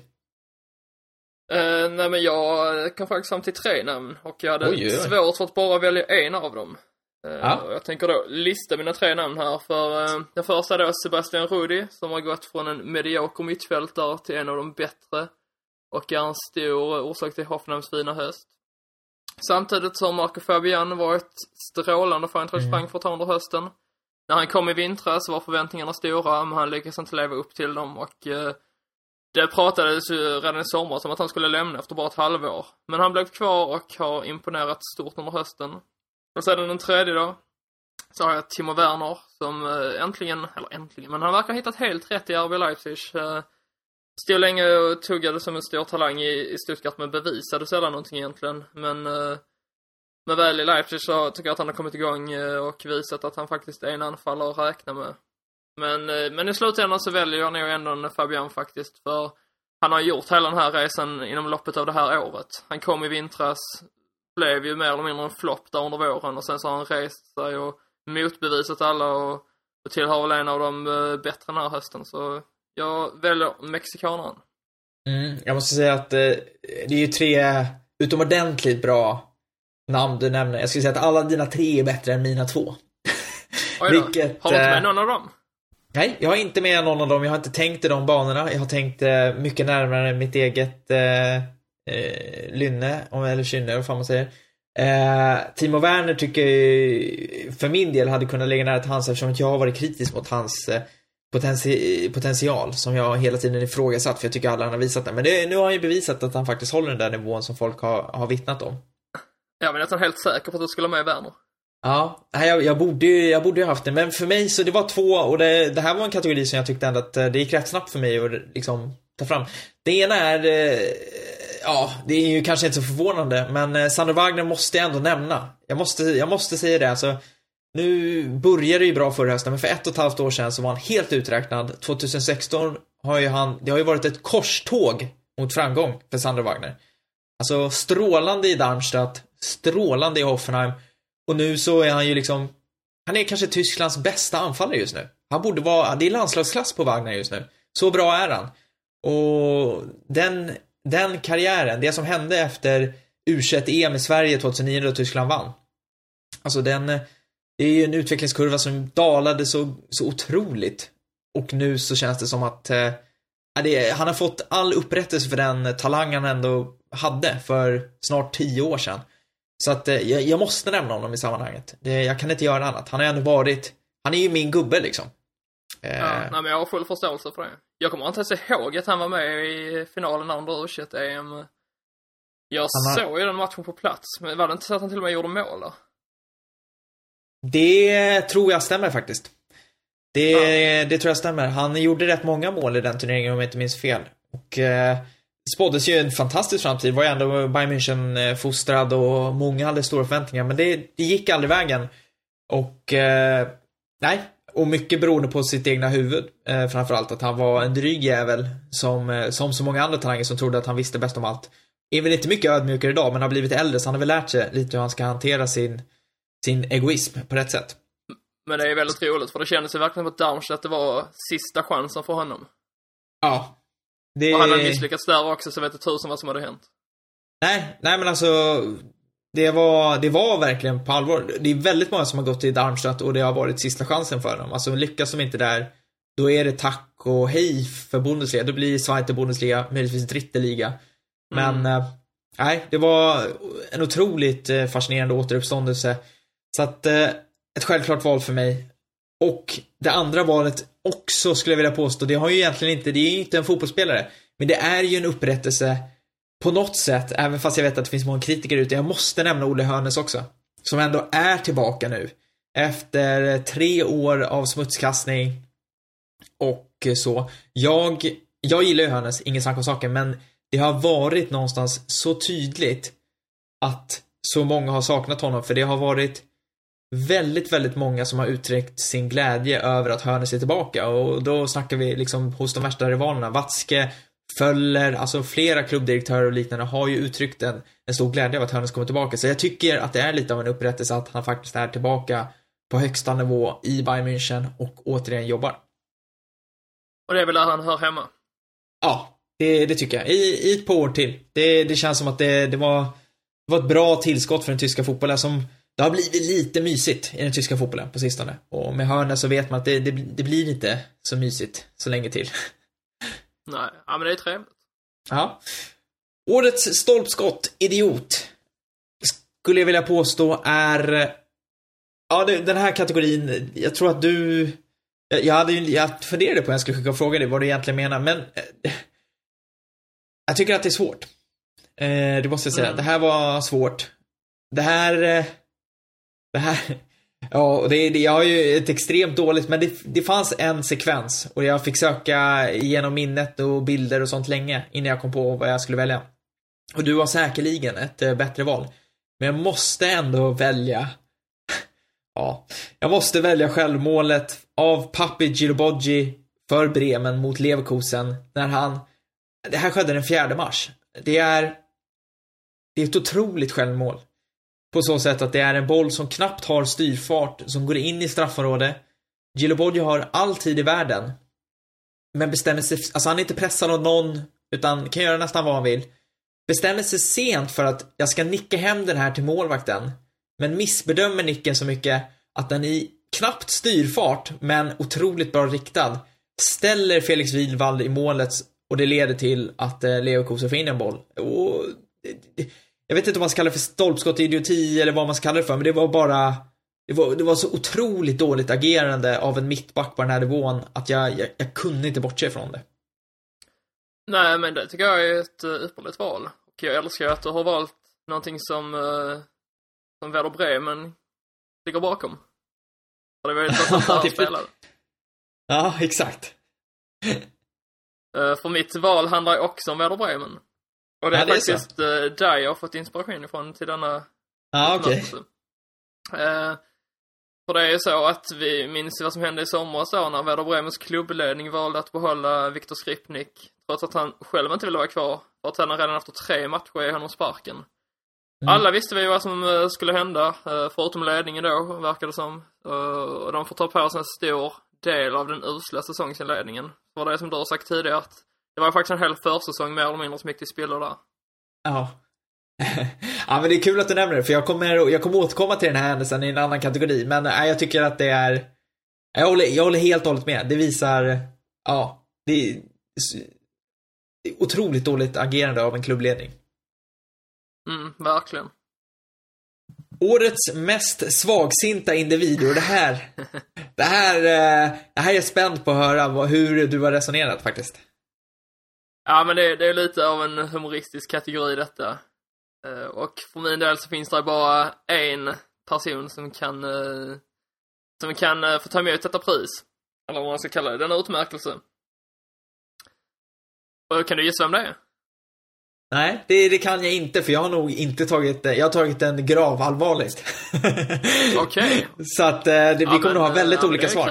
Nej, men jag kom faktiskt fram till 3 namn. Och jag hade svårt för att bara välja en av dem. Jag tänker då lista mina 3 namn här. För den första då Sebastian Rudi, som har gått från en medioker mittfältare till en av de bättre. Och är en stor orsak till Hoffenheims fina höst. Samtidigt som Marco Fabian varit strålande för Eintracht Frankfurt under hösten. När han kom i vintras var förväntningarna stora, men han lyckades inte leva upp till dem. Och det pratades ju redan i somras om att han skulle lämna efter bara ett halvår. Men han blev kvar och har imponerat stort under hösten. Och sedan den tredje då, så har jag Timo Werner som äntligen, men han verkar ha hittat helt rätt i RB Leipzig. Stod länge och tuggade som en stor talang i Stuttgart, men bevisade sällan någonting egentligen. Men väl i Leipzig så tycker jag att han har kommit igång och visat att han faktiskt är en anfallare att räkna med. Men i slutändan så väljer jag nog ändå en Fabian faktiskt, för han har gjort hela den här resan inom loppet av det här året. Han kom i vintras, blev ju mer eller mindre en flopp där under våren, och sen så har han rest sig och motbevisat alla och tillhör väl en av de bättre den här hösten. Så jag väljer mexikanaren. Jag måste säga att det är ju 3 utomordentligt bra namn du nämner. Jag skulle säga att alla dina 3 är bättre än mina 2. Har du inte med någon av dem? Nej, jag har inte med någon av dem. Jag har inte tänkt i de banorna. Jag har tänkt mycket närmare mitt eget lynne, eller kynne, vad fan man säger. Timo Werner tycker jag, för min del, hade kunnat lägga nära till hans, eftersom jag har varit kritisk mot hans potential som jag hela tiden ifrågasatt, för jag tycker alla han har visat det. Men nu har han ju bevisat att han faktiskt håller den där nivån som folk har vittnat om. Ja, men jag är helt säker på att du skulle ha med Werner. Ja, jag borde ju haft det. Men för mig så det var 2, och det här var en kategori som jag tyckte ändå att det gick rätt snabbt för mig att liksom ta fram. Det ena är det är ju kanske inte så förvånande, men Sander Wagner måste jag ändå nämna. Jag måste säga det. Alltså, nu började det ju bra förra hösten, men för 1,5 år sedan så var han helt uträknad. 2016 det har ju varit ett korståg mot framgång för Sander Wagner. Alltså strålande i Darmstadt, strålande i Hoffenheim. Och nu så är han ju liksom, han är kanske Tysklands bästa anfallare just nu. Han borde vara, det är landslagsklass på Wagner just nu. Så bra är han. Och den karriären, det som hände efter U21-EM i Sverige 2009 då Tyskland vann. Alltså det är ju en utvecklingskurva som dalade så otroligt. Och nu så känns det som att han har fått all upprättelse för den talang han ändå hade för snart 10 år sedan. Så att jag måste nämna honom i sammanhanget. Jag kan inte göra annat. Han har ändå varit, han är ju min gubbe liksom. Nej, men jag har full förståelse för det. Jag kommer inte ens ihåg att han var med i finalen under U21-EM. Jag såg ju den matchen på plats. Men var det inte så att han till och med gjorde mål då? Det tror jag stämmer faktiskt. Det tror jag stämmer. Han gjorde rätt många mål i den turneringen om jag inte minns fel. Och spåddes ju en fantastisk framtid. Var ju ändå Bayern München fostrad och många hade stora förväntningar. Men det gick aldrig vägen. Och nej. Och mycket beroende på sitt egna huvud. Framförallt att han var en dryg jävel som så många andra talanger som trodde att han visste bäst om allt. Är väl inte mycket ödmjukare idag, men har blivit äldre, så han har väl lärt sig lite hur han ska hantera sin egoism på rätt sätt. Men det är väldigt roligt, för det kändes ju verkligen på Darmstadt att det var sista chansen för honom. Ja. Och hade han misslyckats där också så vet jag tusen vad som hade hänt. Nej men alltså det var verkligen på allvar. Det är väldigt många som har gått till Darmstadt och det har varit sista chansen för dem. Alltså lyckas de inte där, då är det tack och hej för Bundesliga. Då blir Zweite Bundesliga, möjligtvis Dritte Liga. Men nej, det var en otroligt fascinerande återuppståndelse. Så att ett självklart val för mig. Och det andra valet också skulle jag vilja påstå, det har ju egentligen inte, det är ju inte en fotbollsspelare, men det är ju en upprättelse på något sätt, även fast jag vet att det finns många kritiker ute. Jag måste nämna Olle Hoeneß också, som ändå är tillbaka nu efter 3 år av smutskastning och så. Jag gillar ju Hoeneß, ingen snack om saken, men det har varit någonstans så tydligt att så många har saknat honom, för det har varit väldigt, väldigt många som har uttryckt sin glädje över att Hoeneß är tillbaka. Och då snackar vi liksom hos de värsta rivalerna. Watzke, Föller, alltså flera klubbdirektörer och liknande har ju uttryckt en stor glädje av att Hoeneß kommer tillbaka. Så jag tycker att det är lite av en upprättelse att han faktiskt är tillbaka på högsta nivå i Bayern München och återigen jobbar. Och det är väl där han hör hemma? Ja, det tycker jag. I ett par år till. Det känns som att det var ett bra tillskott för den tyska fotbollen som det har blivit lite mysigt i den tyska fotbollen på sistone. Och med Hoeneß så vet man att det blir inte så mysigt så länge till. Nej, ja, men det är trevligt. Ja. Årets stolpskott, idiot, skulle jag vilja påstå är... Ja, den här kategorin, jag tror att du... Jag funderade på att jag skulle skicka och fråga dig vad du egentligen menar, men... Jag tycker att det är svårt. Det måste jag säga. Det här var svårt. Det här... Ja, jag har ju ett extremt dåligt, men det fanns en sekvens och jag fick söka igenom minnet och bilder och sånt länge innan jag kom på vad jag skulle välja. Och du har säkerligen ett bättre val. Men jag måste ändå välja. Ja, jag måste välja självmålet av Papi Djilobodji för Bremen mot Leverkusen när det här skedde den 4 mars. Det är ett otroligt självmål. På så sätt att det är en boll som knappt har styrfart, som går in i straffområdet. Djilobodji har all tid i världen, men bestämmer sig, alltså han är inte pressad av någon, utan kan göra nästan vad han vill. Bestämmer sig sent för att jag ska nicka hem den här till målvakten, men missbedömer nicken så mycket att den i knappt styrfart, men otroligt bra riktad, ställer Felix Widwald i målet, och det leder till att Leverkusen får in en boll. Och jag vet inte om man ska kalla det för stolpskott, idioti eller vad man ska kalla det för, men det var bara det var så otroligt dåligt agerande av en mittback på den här nivån att jag kunde inte bortse från det. Nej, men det tycker jag är ett ypperligt val. Och jag älskar att du har valt någonting som Werder Bremen ligger bakom. För det var ju inte sånt där spelare. Ja, exakt. För mitt val handlar också om Werder Bremen. Och det är faktiskt där jag har fått inspiration ifrån till denna. Ja, okej. För det är ju så att vi minns vad som hände i somras då, när Werder Bremens klubbledning valde att behålla Viktor Skripnik trots att han själv inte ville vara kvar, för att han redan efter 3 matcher är honom sparken. Alla visste vi vad som skulle hända, förutom ledningen då, verkar det som. Och de får ta på sig en stor del av den usla säsongsinledningen. För det som du har sagt tidigare, att det var faktiskt en hel försäsong mer eller mindre som gick till spillo där. Ja. Ja, men det är kul att du nämner det, för jag kommer återkomma till den här händelsen i en annan kategori. Men jag tycker att det är... Jag håller helt och hållet med. Det visar... Ja, det är otroligt dåligt agerande av en klubbledning. Verkligen. Årets mest svagsinta individ, och det här är jag spänd på att höra hur du har resonerat faktiskt. Ja, men det är lite av en humoristisk kategori detta. Och för min del så finns det bara en person som kan få ta emot detta pris. Eller vad man ska kalla det, denna utmärkelse. Och kan du gissa vem det är? Nej, det kan jag inte, för jag har nog inte tagit den grav allvarligt. Okej. Så att vi kommer nog ha väldigt olika svar.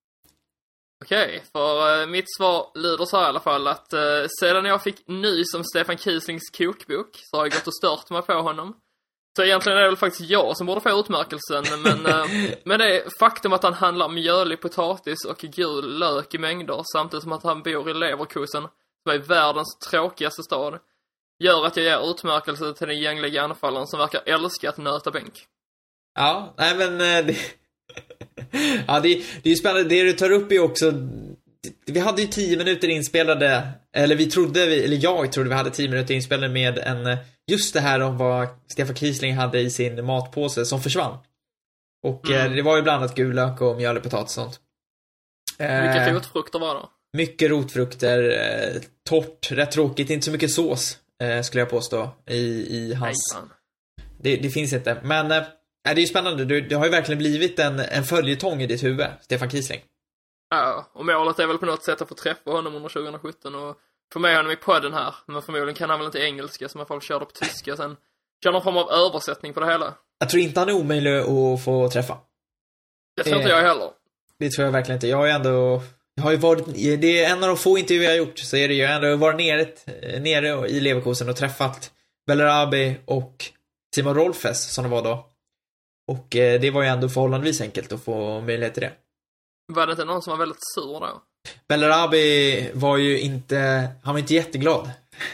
Okej, för mitt svar lyder så här i alla fall att sedan jag fick nys om Stefan Kieslings kokbok så har jag gått och stört mig på honom. Så egentligen är det väl faktiskt jag som borde få utmärkelsen, men det är faktum att han handlar mjölig potatis och gul lök i mängder samtidigt som att han bor i Leverkusen, som är världens tråkigaste stad, gör att jag ger utmärkelse till den gängliga anfallaren som verkar älska att nöta bänk. Ja, nej men ja, det är ju spännande. Det du tar upp är också, vi hade ju 10 minuter inspelade, eller jag trodde vi hade 10 minuter inspelade med just det här om vad Stefan Kiesling hade i sin matpåse som försvann. Och det var ju bland annat gul lök och mjölig potatis och sånt. Vilka rotfrukter var det? Mycket rotfrukter, torrt, rätt tråkigt, inte så mycket sås skulle jag påstå i hans. Det finns inte, men det är ju spännande. Det har ju verkligen blivit en följetong i ditt huvud, Stefan Kiesling. Ja, och målet är väl på något sätt att få träffa honom under 2017 och få med honom i podden här. Men förmodligen kan han väl inte engelska, så man får köra på tyska. Sen kör någon form av översättning på det hela. Jag tror inte han är omöjlig att få träffa. Det tror inte jag heller. Det tror jag verkligen inte. Jag har ju varit, det är en av de få intervjuer jag har gjort, så är det ju ändå varit nere i Leverkusen och träffat Bellarabi och Simon Rolfes som det var då. Och det var ju ändå förhållandevis enkelt att få möjlighet till det. Var det inte någon som var väldigt sur då? Bellarabi var ju inte jätteglad.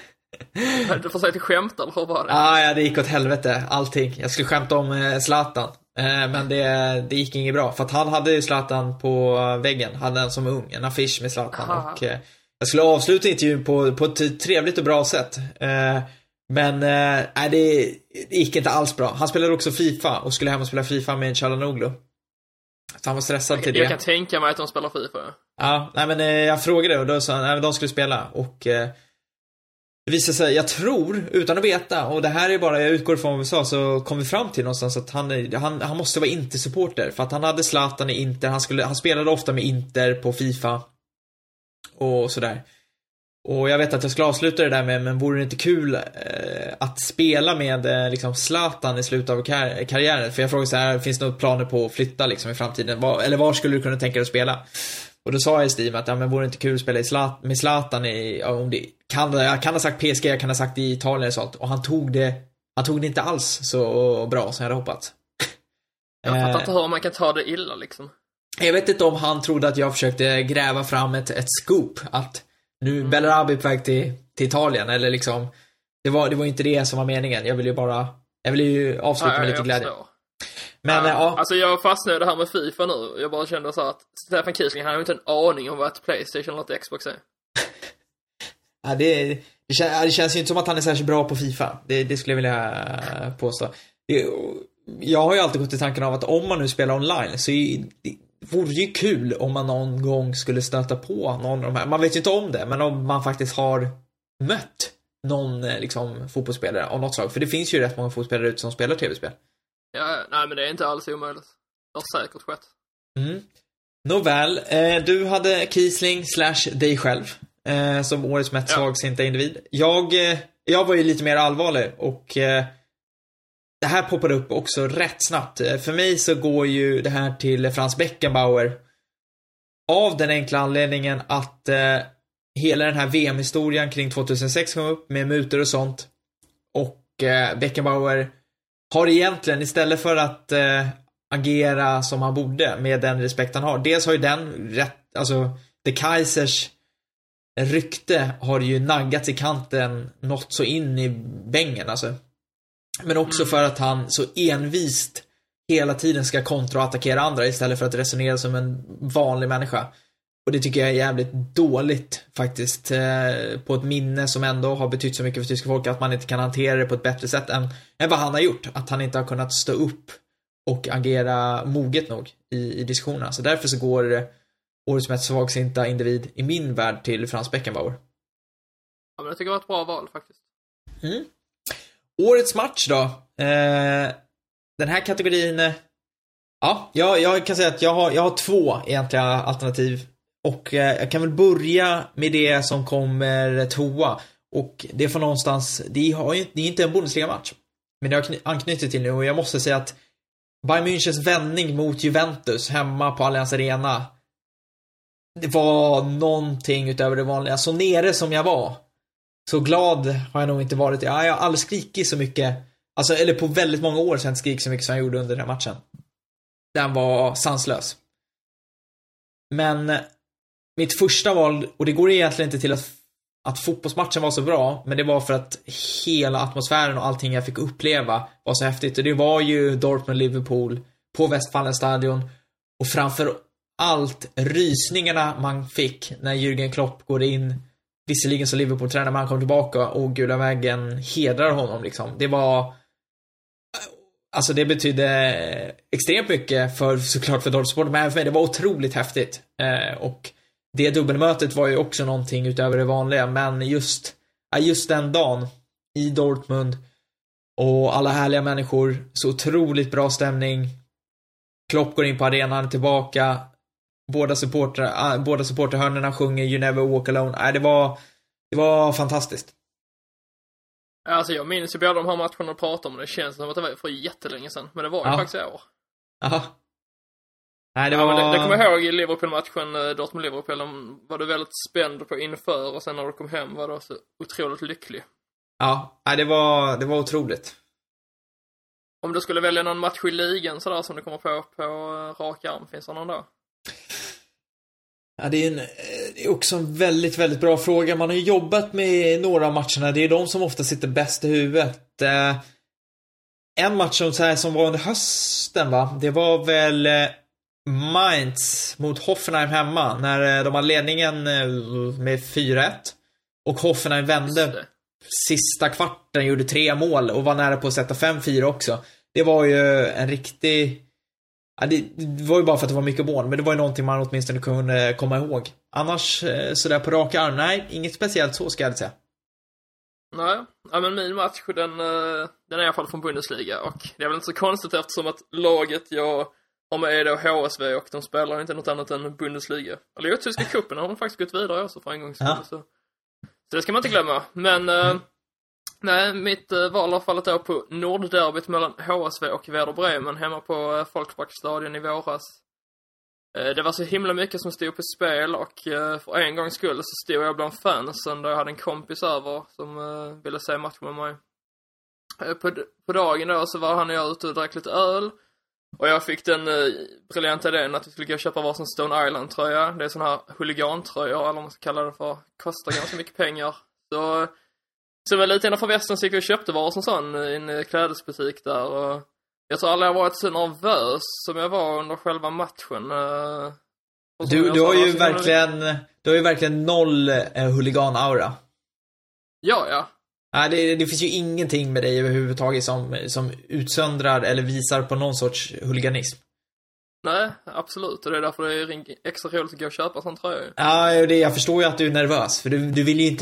Du får säga till skämt, eller hur var det? Ja, det gick åt helvete, allting. Jag skulle skämta om Zlatan, men det gick inget bra. För att han hade ju Zlatan på väggen, hade en som ung, en affisch med Zlatan. Aha. Och jag skulle avsluta intervjun på ett trevligt och bra sätt. Men det gick inte alls bra. Han spelade också FIFA och skulle hem och spela FIFA med Çalhanoğlu. Så han var stressad till det. Jag kan tänka mig att de spelar FIFA. Ja, nej men jag frågade och då sa han att de skulle spela. Och det visade sig, jag tror, utan att veta, och det här är bara, jag utgår från vad vi sa, så kom vi fram till någonstans att han måste vara Inter-supporter. För att han hade Zlatan i Inter, han spelade ofta med Inter på FIFA och sådär. Och jag vet att jag skulle avsluta det där med, men vore det inte kul att spela med liksom Zlatan i slutet av karriären? För jag frågade så här, finns det några planer på att flytta liksom i framtiden? Eller var skulle du kunna tänka dig att spela? Och då sa jag i Steve att men vore det inte kul att spela med Zlatan jag kan ha sagt PSG, jag kan ha sagt i Italien och sånt. Och han tog det inte alls så bra som jag hade hoppats. Jag fattar inte hur man kan ta det illa liksom. Jag vet inte om han trodde att jag försökte gräva fram ett scoop, att nu Bellarabi på väg till Italien, eller liksom det var inte det som var meningen. Jag vill ju avsluta med lite glädje. Men ja. Alltså jag fastnade det här med FIFA nu. Jag bara kände så att Stefan Kiesling, han har ju inte en aning om vad ett PlayStation eller ett Xbox är. Ja, det känns ju inte som att han är särskilt bra på FIFA. Det skulle jag vilja påstå. Jag har ju alltid gått i tanken av att om man nu spelar online så vore det ju kul om man någon gång skulle stöta på någon av de här. Man vet ju inte om det, men om man faktiskt har mött någon liksom fotbollsspelare av något slag. För det finns ju rätt många fotbollsspelare ute som spelar tv-spel. Ja, nej men det är inte alls omöjligt. Det har säkert skett. Nåväl, du hade Kiesling / dig själv som årets mest svagsinta individ. Jag var ju lite mer allvarlig och det här poppade upp också rätt snabbt. För mig så går ju det här till Franz Beckenbauer av den enkla anledningen att hela den här VM-historien kring 2006 kom upp med mutor och sånt. Och Beckenbauer har egentligen istället för att agera som han borde med den respekt han har. Dels har ju den rätt, alltså The Kaisers rykte har ju naggats i kanten något så in i bängen alltså. Men också för att han så envist hela tiden ska kontra och attackera andra istället för att resonera som en vanlig människa. Och det tycker jag är jävligt dåligt faktiskt, på ett minne som ändå har betytt så mycket för tyska folk, att man inte kan hantera det på ett bättre sätt än vad han har gjort. Att han inte har kunnat stå upp och agera moget nog i diskussionerna. Så därför så går årets mest svagsinta individ i min värld till Franz Beckenbauer. Ja, men jag tycker det var ett bra val faktiskt. Årets match då. Den här kategorin, ja, jag kan säga att jag har två egentliga alternativ. Och jag kan väl börja med det som kommer tvåa. Och det får någonstans, det är inte en Bundesliga-match, men det har anknutit till nu. Och jag måste säga att Bayern Münchens vändning mot Juventus hemma på Allianz Arena, det var någonting utöver det vanliga. Så nere som jag var, så glad har jag nog inte varit. Jag har aldrig skrikit så mycket, alltså, eller på väldigt många år sedan skrik så mycket som jag gjorde under den här matchen. Den var sanslös. Men mitt första val, och det går egentligen inte till att fotbollsmatchen var så bra, men det var för att hela atmosfären och allting jag fick uppleva var så häftigt. Och det var ju Dortmund-Liverpool på Westfalenstadion, och framför allt rysningarna man fick när Jürgen Klopp går in, visserligen som Liverpool-tränare, men han kom tillbaka och Gula väggen hedrar honom liksom. Det var, alltså det betydde extremt mycket såklart för Dortmund, men för mig det var otroligt häftigt. Och det dubbelmötet var ju också någonting utöver det vanliga, men just den dagen i Dortmund och alla härliga människor, så otroligt bra stämning. Klopp går in på arenan, tillbaka, båda supporterhörnerna sjunger You Never Walk Alone. Det var fantastiskt. Alltså jag minns ju båda de här matcherna och pratade om det. Det känns som att det var för jättelänge sedan, men det var ju faktiskt i år. Aha. Nej, det var... men det kommer jag ihåg i Liverpool-matchen, Dortmund-Liverpool, var du väldigt spänd på inför, och sen när du kom hem var du så otroligt lycklig. Ja, det var otroligt. Om du skulle välja någon match i ligan sådär som du kommer på rak arm, finns det någon då? Ja, det är också en väldigt, väldigt bra fråga. Man har ju jobbat med några av matcherna. Det är de som ofta sitter bäst i huvudet. En match som var under hösten, va? Det var väl Mainz mot Hoffenheim hemma, när de hade ledningen med 4-1 och Hoffenheim vände sista kvarten, gjorde 3 mål och var nära på att sätta 5-4 också. Det var ju en riktig... Ja, det var ju bara för att det var mycket mål, men det var ju någonting man åtminstone kunde komma ihåg. Annars sådär på raka arm, nej, inget speciellt så ska jag säga. Nej, ja, men min match den är i alla fall från Bundesliga, och det är väl inte så konstigt eftersom att laget jag har med är då HSV, och de spelar inte något annat än Bundesliga. Eller i tyska cupen har de faktiskt gått vidare också för en gångs skull, så det ska man inte glömma. Men nej, mitt val har fallit då på Nordderbyt mellan HSV och Werder Bremen hemma på Volksparkstadion i våras. Det var så himla mycket som stod på spel, och för en gångs skull så stod jag bland fansen där jag hade en kompis över som ville se match med mig. På dagen då så var han och jag ute och drack lite öl, och jag fick den briljanta idén att vi skulle gå och köpa varsin Stone Island-tröja. Det är sån här huligantröja, eller vad man ska kalla det för. Kostar ganska mycket pengar. Så som en liten från västern så gick vi och köpte varsin sån i en klädesbutik där. Och jag tror aldrig jag varit så nervös som jag var under själva matchen. Du har ju verkligen noll huligan-aura. Ja. Nej, det finns ju ingenting med dig överhuvudtaget som utsöndrar eller visar på någon sorts huliganism. Nej, absolut. Och det är därför det är extra roligt att gå och köpa sån tröja. Ja, jag förstår ju att du är nervös. För du vill ju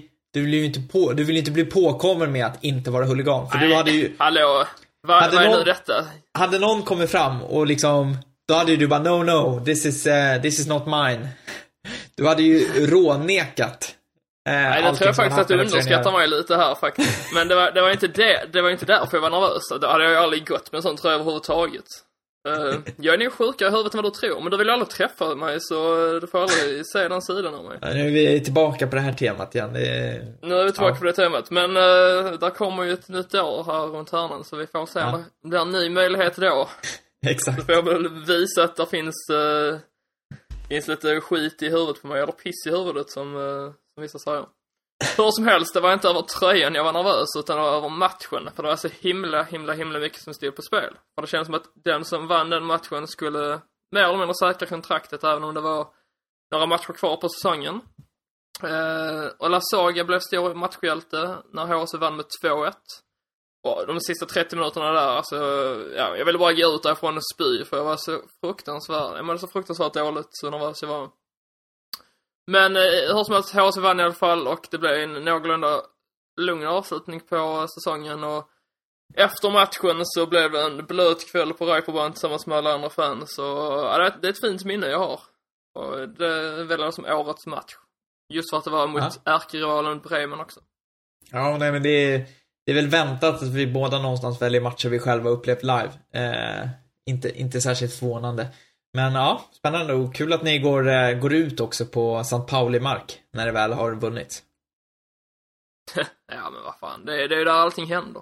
inte bli påkommen med att inte vara huligan. För nej, du hade ju... Hallå, vad är nu detta? Hade någon kommit fram och liksom... Då hade ju du bara, no, this is not mine. Du hade ju rånekat. Nej, det tror jag faktiskt att du underskattar mig lite här faktiskt. Men det var inte därför jag var nervös. Då hade jag ju aldrig gått med en sån tröja överhuvudtaget. Jag är nog sjukare i huvudet än vad du tror. Men du vill aldrig träffa mig, så du får aldrig se den sidan av mig. Nu är vi tillbaka på det här temat igen. Nu är vi tillbaka på det temat. Men där kommer ju ett nytt år här runt hörnan. Så vi får se om det blir en ny möjlighet då. Exakt. Så får jag väl visa att det finns lite skit i huvudet på mig. Eller piss i huvudet som vissa säger. Hur som helst, det var inte över tröjan jag var nervös, utan det var över matchen. För det var så himla mycket som stod på spel. För det kändes som att den som vann den matchen skulle mer eller mindre säkra kontraktet, även om det var några matcher kvar på säsongen. Och Lasogga blev stor matchhjälte när HC vann med 2-1. Och de sista 30 minuterna där, alltså, ja, jag ville bara gå ut därifrån och spy, för jag var så fruktansvärt dåligt, så nervös jag var. Men hur som helst, HC vann i alla fall, och det blev en någorlunda lugn avslutning på säsongen. Och efter matchen så blev det en blöt kväll på Reeperbahn tillsammans med alla andra fans. Och ja, det är ett fint minne jag har. Och det väljer som årets match. Just för att det var mot ärkerivalen Bremen också. Ja, nej, men det är väl väntat att vi båda någonstans väljer matcher vi själva upplevt live. Inte särskilt förvånande. Men ja, spännande och kul att ni går ut också på St. Pauli-mark när det väl har vunnit. Ja, men vad fan, det är ju där allting händer.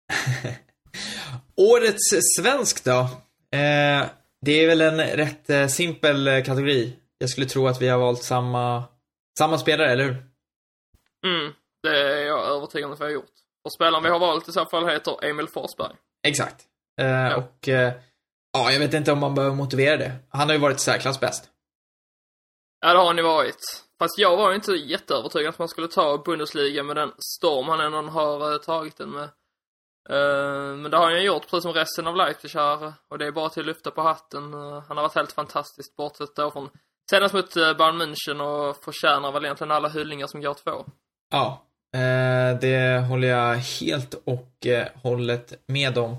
Årets svensk då? Det är väl en rätt simpel kategori. Jag skulle tro att vi har valt samma spelare, eller hur? Det är jag övertygad om att vi har gjort. Och spelaren vi har valt i så fall heter Emil Forsberg. Exakt. Och jag vet inte om man behöver motivera det. Han har ju varit särklass bäst. Ja, det har han ju varit. Fast jag var ju inte jätteövertygad att man skulle ta Bundesliga med den storm han ändå har tagit den med. Men det har han ju gjort, precis som resten av Leipzig här. Och det är bara till att lyfta på hatten. Han har varit helt fantastiskt, bortsett då från senast mot Bayern München, och förtjänar väl egentligen alla hyllningar som går 2. Ja, det håller jag helt och hållet med om.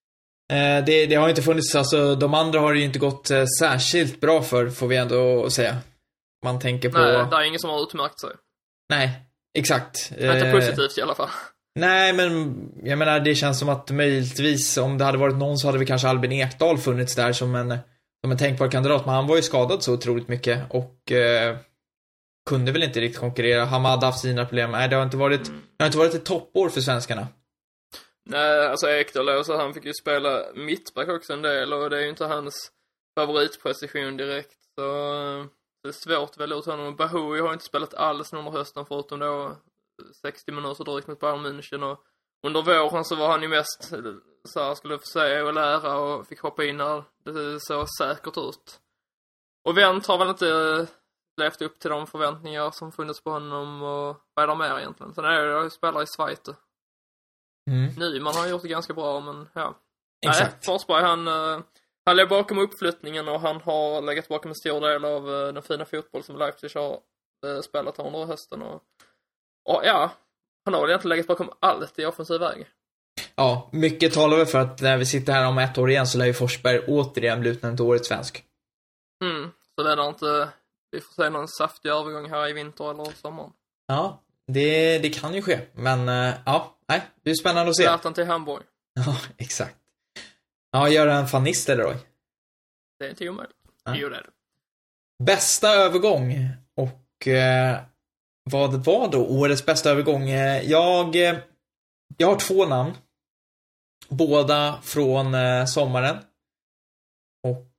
Det har inte funnits, alltså de andra har det ju inte gått särskilt bra för, får vi ändå säga. Man tänker på... Nej, det är ingen som har utmärkt sig. Nej, exakt. Inte positivt i alla fall. Nej, men jag menar, det känns som att möjligtvis om det hade varit någon så hade vi kanske Albin Ekdal funnits där som en tänkbar kandidat, men han var ju skadad så otroligt mycket och kunde väl inte riktigt konkurrera. Hamad hade haft sina problem. Nej, det har inte varit ett toppår för svenskarna. Nej, alltså Ekdal, så han fick ju spela mittback också en del, och det är ju inte hans favoritposition direkt, så det är svårt att välja ut honom. Bahoui har inte spelat alls under hösten, förutom då 60 minuter drygt mot Bayern München, och under våren så var han ju mest så här, skulle jag få säga, och lära, och fick hoppa in när det såg säkert ut. Och Wendt har väl inte levt upp till de förväntningar som funnits på honom, och vad är det mer egentligen? Sen är det ju spelare i Schweiz. Nyman har gjort det ganska bra, men ja. Exakt. Nej, Forsberg, han låg bakom uppflyttningen, och han har legat bakom en stor del av den fina fotboll som Leipzig har spelat under hösten, och ja, han har väl egentligen legat bakom allt i offensiv väg. Ja, mycket talar väl för att när vi sitter här om ett år igen så lär ju Forsberg återigen bli utnämnd till årets svensk. Så det är inte, vi får se någon saftig övergång här i vinter eller sommaren. Ja, det kan ju ske, men det är spännande att se. Zlatan till Hamburg. Ja, exakt. Ja, göra en Van Nistelrooy. Det är inte omöjligt. Ja. Jo, det är det. Bästa övergång, och vad var då årets bästa övergång? Jag har 2 namn. Båda från sommaren. Och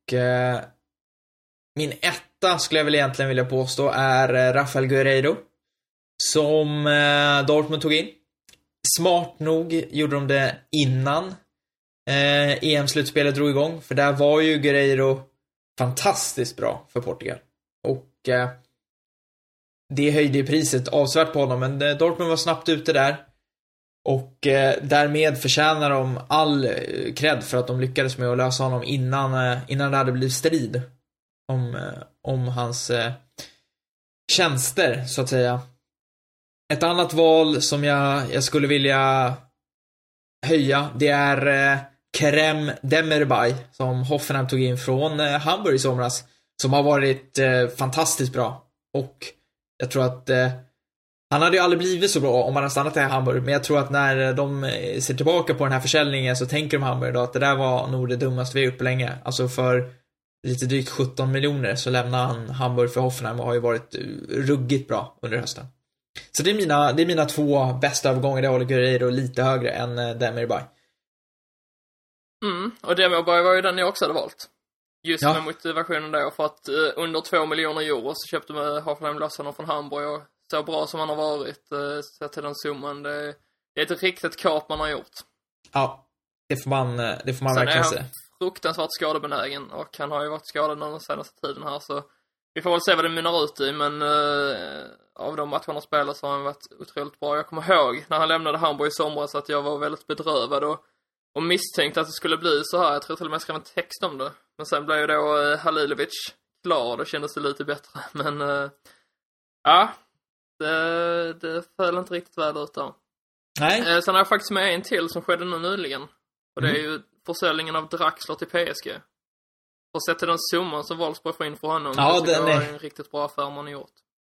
min etta skulle jag väl egentligen vilja påstå är Rafael Guerreiro, som Dortmund tog in. Smart nog gjorde de det innan EM-slutspelet drog igång, för där var ju Guerreiro fantastiskt bra för Portugal. Och det höjde ju priset avsevärt på honom, men Dortmund var snabbt ute där. Och därmed förtjänar de all cred för att de lyckades med att lösa honom innan det hade blivit strid om hans tjänster, så att säga. Ett annat val som jag skulle vilja höja, det är Kerem Demirbay, som Hoffenheim tog in från Hamburg i somras, som har varit fantastiskt bra. Och jag tror att Han hade ju aldrig blivit så bra om han hade stannat i Hamburg. Men jag tror att när de ser tillbaka på den här försäljningen så tänker de Hamburg då att det där var nog det dummaste vi gjort på länge. Alltså för lite drygt 17 miljoner så lämnar han Hamburg för Hoffenheim och har ju varit ruggigt bra under hösten. Så det är mina två bästa övergångar. Det håller Guerreiro lite högre än Demirbay. Och Demirbay var ju den jag också hade valt. Just med motivationen där. För att under 2 miljoner euro så köpte man Hoffenheim loss honom från Hamburg. Och så bra som han har varit sett till den summan. Det är ett riktigt kap man har gjort. Ja, det får man verkligen säga. Fruktansvärt skadebenägen. Och han har ju varit skadad den senaste tiden här. Så vi får väl se vad det mynnar ut i. Men av de matcherna han spelat så har han varit otroligt bra. Jag kommer ihåg när han lämnade Hamburg i somras att jag var väldigt bedrövad. Och misstänkte att det skulle bli så här. Jag tror till och med jag skrev en text om det. Men sen blev ju då Halilovic klar. Då kändes det lite bättre. Men ja, det föll inte riktigt väl ut då. Nej. Sen har jag faktiskt med en till som skedde nu nyligen. Och det är ju försäljningen av Draxler till PSG. Och sett till den summan som Wolfsburg får in för honom. Ja, det var en riktigt bra affär man har gjort.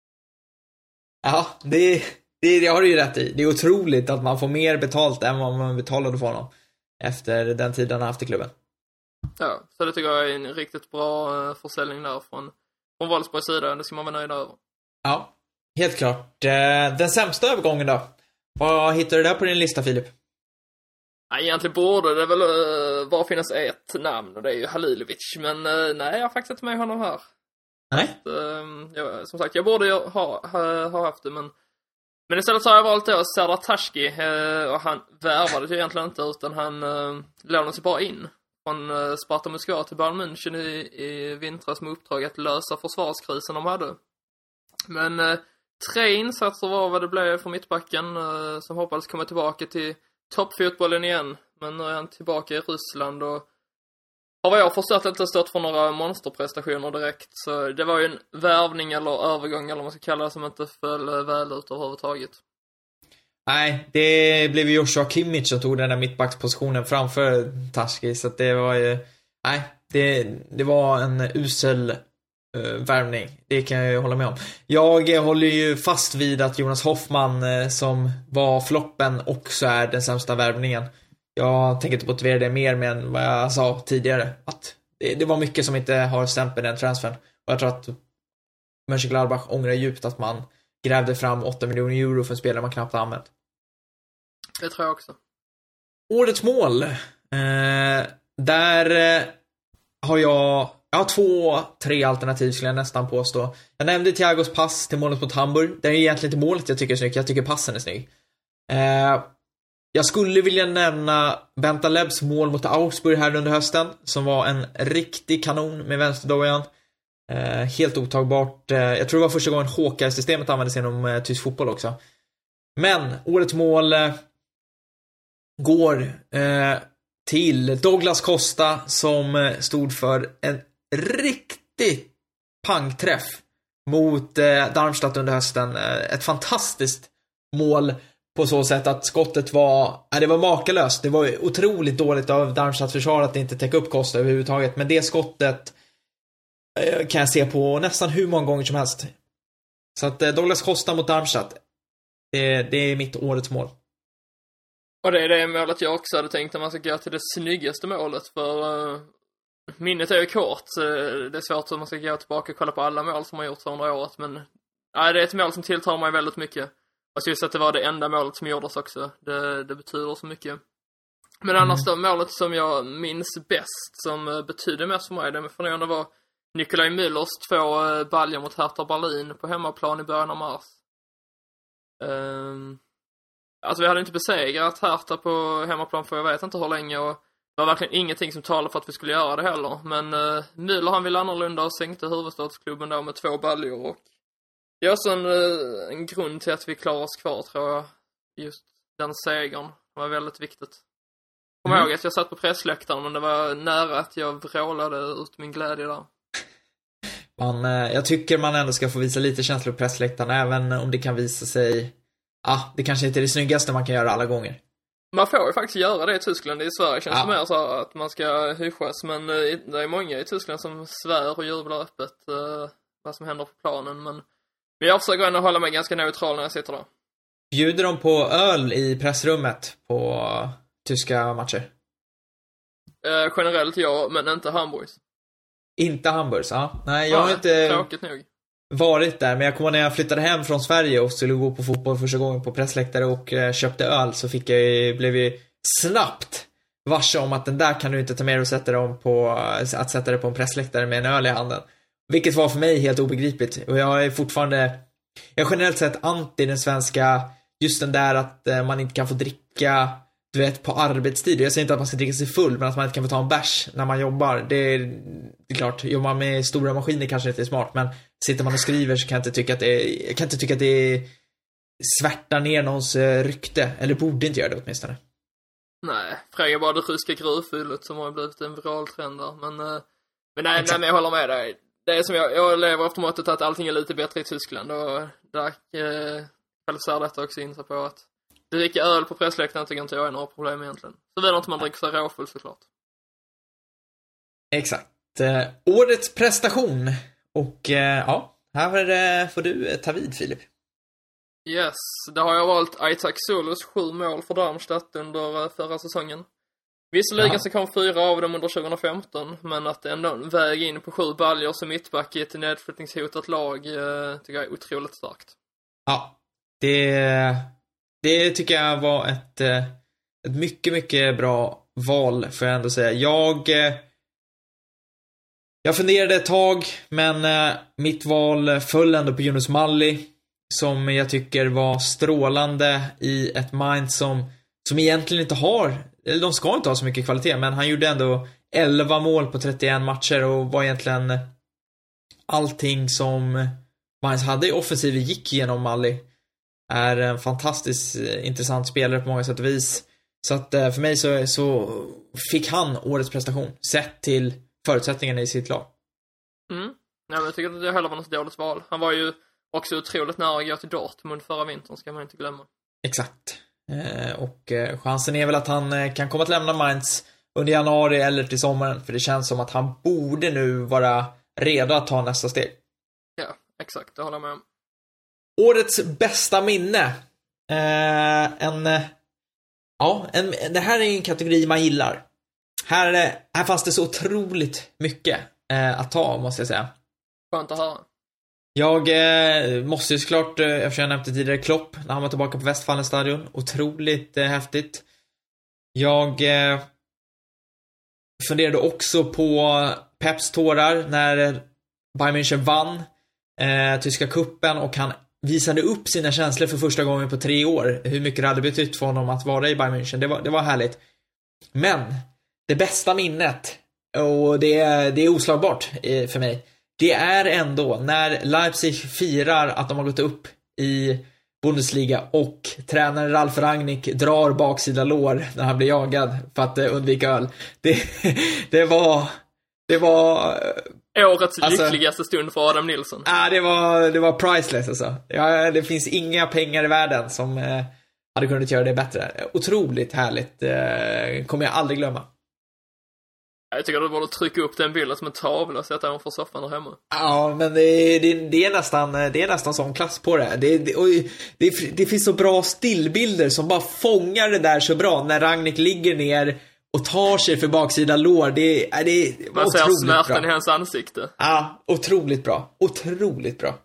Ja, det har du ju rätt i. Det är otroligt att man får mer betalt än vad man betalade för honom efter den tiden han haft i klubben. Ja, så det tycker jag är en riktigt bra försäljning där från Wolfsburgs sida. Det ska man vara nöjd över. Ja, helt klart. Den sämsta övergången då? Vad hittar du där på din lista, Filip? Ja, egentligen borde det väl bara finnas ett namn och det är ju Halilovic. Men nej, jag har faktiskt inte med honom här. Nej? Som sagt, jag borde ha haft det, men istället så har jag valt då Serdar Tashki. Och han värvade ju egentligen inte, utan han lånade sig bara in från Sparta Moskva till Bayern München i vintras med uppdrag att lösa försvarskrisen de hade. Men 3 insatser var vad det blev för mittbacken som hoppades komma tillbaka till toppfotbollen igen. Men nu är han tillbaka i Ryssland och har vad jag förstått inte stått för några monsterprestationer direkt. Så det var ju en värvning eller övergång eller vad man ska kalla det som inte föll väl ut överhuvudtaget. Nej, det blev ju Joshua Kimmich som tog den där mittbackspositionen framför Tashki. Så att det var ju... Nej, det var en usel värvning. Det kan jag ju hålla med om. Jag håller ju fast vid att Jonas Hoffman som var floppen också är den sämsta värvningen. Jag tänker inte motivera det mer än vad jag sa tidigare. Att det var mycket som inte har stämt med den transfern. Och jag tror att Mönchengladbach ångrar djupt att man grävde fram 8 miljoner euro för en spelare man knappt har använt. Det tror jag också. Årets mål. Där har jag har 2-3 alternativ skulle jag nästan påstå. Jag nämnde Thiagos pass till målet mot Hamburg. Det är egentligen inte målet jag tycker är snyggt. Jag tycker passen är snygg. Jag skulle vilja nämna Bentalebs mål mot Augsburg här under hösten. Som var en riktig kanon med vänsterdojan. Helt otagbart. Jag tror det var första gången Håkar-systemet användes inom tysk fotboll också. Men årets mål går till Douglas Costa som stod för en riktig pangträff mot Darmstadt under hösten. Ett fantastiskt mål på så sätt att skottet det var makalöst. Det var otroligt dåligt av Darmstadt försvar att inte täcka upp Costa överhuvudtaget. Men det skottet kan jag se på nästan hur många gånger som helst. Så att Douglas Costa mot Darmstadt, det är mitt årets mål. Och det är det målet jag också hade tänkt att man ska gå till det snyggaste målet. För minnet är ju kort. Det är svårt att man ska gå tillbaka och kolla på alla mål som har gjorts under året. Men det är ett mål som tilltar mig väldigt mycket. Och just att det var det enda målet som gjordes också. Det betyder så mycket. Men annars då, målet som jag minns bäst, som betyder mest för mig, det får nog vara Nikolaj Müllers 2 baljor mot Hertha Berlin på hemmaplan i början av mars. Alltså vi hade inte besegrat Hertha på hemmaplan för jag vet inte hur länge, och det var verkligen ingenting som talade för att vi skulle göra det heller. Men Müller han ville annorlunda och sänkte huvudstadsklubben då med 2 baljor, och det är också en grund till att vi klarar oss kvar, tror jag. Just den segern var väldigt viktigt. Kom ihåg att jag satt på pressläktaren, men det var nära att jag vrålade ut min glädje där. Jag tycker man ändå ska få visa lite känslor på pressläktaren, även om det kan visa sig det kanske inte är det snyggaste man kan göra alla gånger. Man får ju faktiskt göra det i Tyskland. I Sverige känns det mer så att man ska hyschas, men det är många i Tyskland som svär och jublar öppet vad som händer på planen. Men Men jag försöker ändå hålla mig ganska neutral när jag sitter där. Bjuder de på öl i pressrummet på tyska matcher? Generellt ja, men inte Hamburgs. Inte Hamburgs, ja. Nej, jag har inte tråkigt nog. varit där, men jag kommer när jag flyttade hem från Sverige och skulle gå på fotboll första gången på pressläktare och köpte öl, så blev ju snabbt varse om att den där kan du inte ta med och sätta det på en pressläktare med en öl i handen. Vilket var för mig helt obegripligt. Och jag är generellt sett anti den svenska, just den där att man inte kan få dricka, du vet, på arbetstid. Jag säger inte att man ska dricka sig full, men att man inte kan få ta en bärs när man jobbar. Det är klart, jobbar man med stora maskiner kanske inte är smart, men sitter man och skriver så kan jag inte tycka att det svärtar ner någons rykte, eller borde inte göra det åtminstone. Nej, fråga bara det ryska gruvfyllet som har blivit en viral trend där. Men nej, men jag håller med dig. Det är som jag lever efter måttet att allting är lite bättre i Tyskland, och där kvalificerar detta också in sig på att dricka öl på pressläktaren tycker inte jag är några problem egentligen. Så vidare inte man dricker sig råfull såklart. Exakt. Årets prestation. Och ja, här får du ta vid, Filip. Yes, det har jag valt Aitak Solos 7 mål för Darmstadt under förra säsongen. Visserligen så kom 4 av dem under 2015, men att ändå väg in på 7 baljor som mittback i ett nedflyttningshotat lag tycker jag är otroligt starkt. Ja, det tycker jag var ett mycket, mycket bra val, får jag ändå säga. Jag funderade ett tag, men mitt val föll ändå på Yunus Malli, som jag tycker var strålande i ett Mainz som egentligen inte har, eller de ska inte ha så mycket kvalitet, men han gjorde ändå 11 mål på 31 matcher och var egentligen allting som Mainz hade i offensiven gick genom Malli. Är en fantastiskt intressant spelare på många sätt och vis. Så att för mig så fick han årets prestation sett till förutsättningarna i sitt lag. Ja, men jag tycker att det heller var något dåligt val. Han var ju också otroligt nära att gå till Dortmund förra vintern, ska man inte glömma. Exakt. Och chansen är väl att han kan komma att lämna Mainz under januari eller till sommaren, för det känns som att han borde nu vara redo att ta nästa steg. Ja, exakt, det håller jag med om. Årets bästa minne. Det här är en kategori man gillar. Här fanns det så otroligt mycket att ta, måste jag säga. Skönt att höra. Jag måste ju såklart, eftersom jag nämnde tidigare, Klopp när han var tillbaka på Westfalenstadion. Otroligt häftigt. Jag funderade också på Peps tårar när Bayern München vann tyska kuppen och han visade upp sina känslor för första gången på 3 år. Hur mycket det hade betytt för honom att vara i Bayern München. Det var härligt. Men det bästa minnet, och det är oslagbart för mig, det är ändå när Leipzig firar att de har gått upp i Bundesliga och tränaren Ralf Rangnick drar baksida lår när han blir jagad för att undvika öl. Det var årets lyckligaste stund för Adam Nilsson. Det var priceless alltså. Det finns inga pengar i världen som hade kunnat göra det bättre. Otroligt härligt. Kommer jag aldrig glömma. Jag tycker att du borde trycka upp den bilden som en tavla och sätta den för soffan där hemma. Ja, men det är nästan sån klass på det. Det finns så bra stillbilder som bara fångar det där så bra när Rangnick ligger ner och tar sig för baksida lår. Det var man ser smärtan bra i hans ansikte. Ja, otroligt bra. Otroligt bra.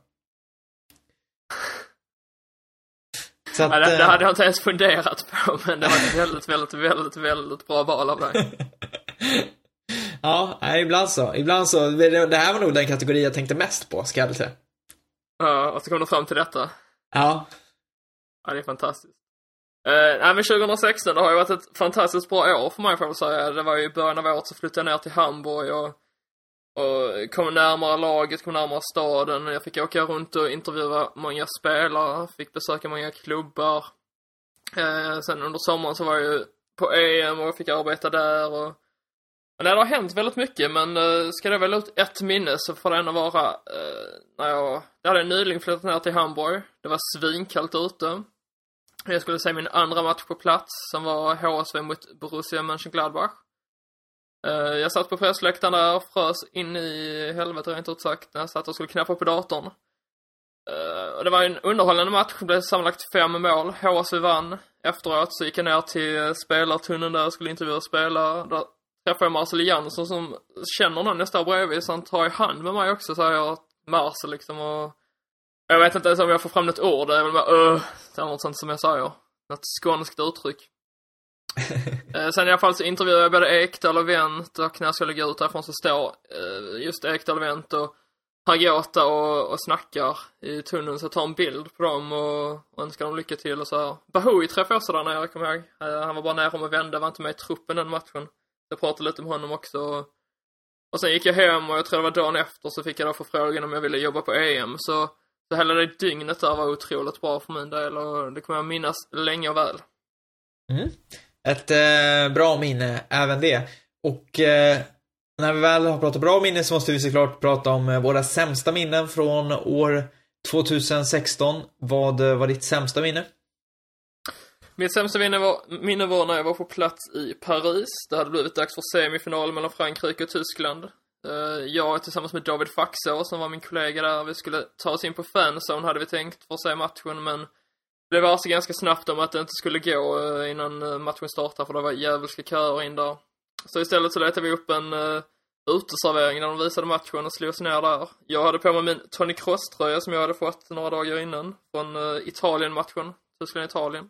Så att, det hade jag inte ens funderat på, men det var ett väldigt, väldigt, väldigt, väldigt bra val av dig. Ja, ibland så. Det här var nog den kategori jag tänkte mest på, ska jag säga. Ja, och så kom du fram till detta. Ja. Ja, det är fantastiskt. Men 2016, det har ju varit ett fantastiskt bra år för mig, får jag säga. Det var ju i början av året så flyttade jag ner till Hamburg och kom närmare laget, kom närmare staden. Jag fick åka runt och intervjua många spelare, fick besöka många klubbar. Sen under sommaren så var jag ju på EM och fick arbeta där. Men det har hänt väldigt mycket, men ska det väl ut ett minne så får det ändå vara när jag hade nyligen flyttat ner till Hamburg. Det var svinkallt ute. Jag skulle se min andra match på plats som var HSV mot Borussia Mönchengladbach. Jag satt på pressläktaren där och frös in i helvete, rent ut sagt, när jag satt och skulle knappa på datorn. det var en underhållande match. Det blev sammanlagt 5 mål. HSV vann. Efteråt så gick jag ner till spelartunneln där och skulle intervjua spelare. Där träffade jag Marcel Jansson som känner någon nästan bredvid. Så han tar i hand med mig också, säger jag. Marcel liksom. Och jag vet inte ens om jag får fram ett ord. Det är väl bara det är något sånt som jag säger. Något skånskt uttryck. Sen i alla fall så intervjuade jag både Ekdal och Wendt. Och när jag skulle gå ut därifrån så står just Ekdal och Wendt och Hagota och snackar i tunneln. Så jag tar en bild på dem och önskar dem lycka till och så här. Bahoui träffade jag också där när jag kom ihåg. Han var bara nära om att vända, var inte med i truppen den matchen. Jag pratade lite med honom också. Och sen gick jag hem och jag tror det var dagen efter så fick jag då förfrågan om jag ville jobba på EM. Så hela det dygnet där var otroligt bra för min del och det kommer jag minnas länge och väl. Ett bra minne även det. Och när vi väl har pratat bra minne så måste vi såklart prata om våra sämsta minnen från år 2016. Vad var ditt sämsta minne? Mitt sämsta minne var när jag var på plats i Paris. Det hade blivit dags för semifinal mellan Frankrike och Tyskland. Jag tillsammans med David Faxå som var min kollega där. Vi skulle ta oss in på fanzone hade vi tänkt för att se matchen. Men det var alltså ganska snabbt om att det inte skulle gå innan matchen startade. För det var jävliga köer in där. Så istället så letade vi upp en uteservering där de visade matchen och slog oss ner där. Jag hade på mig min Tony Kroos-tröja som jag hade fått några dagar innan. Från Italien-matchen. Tyskland-Italien.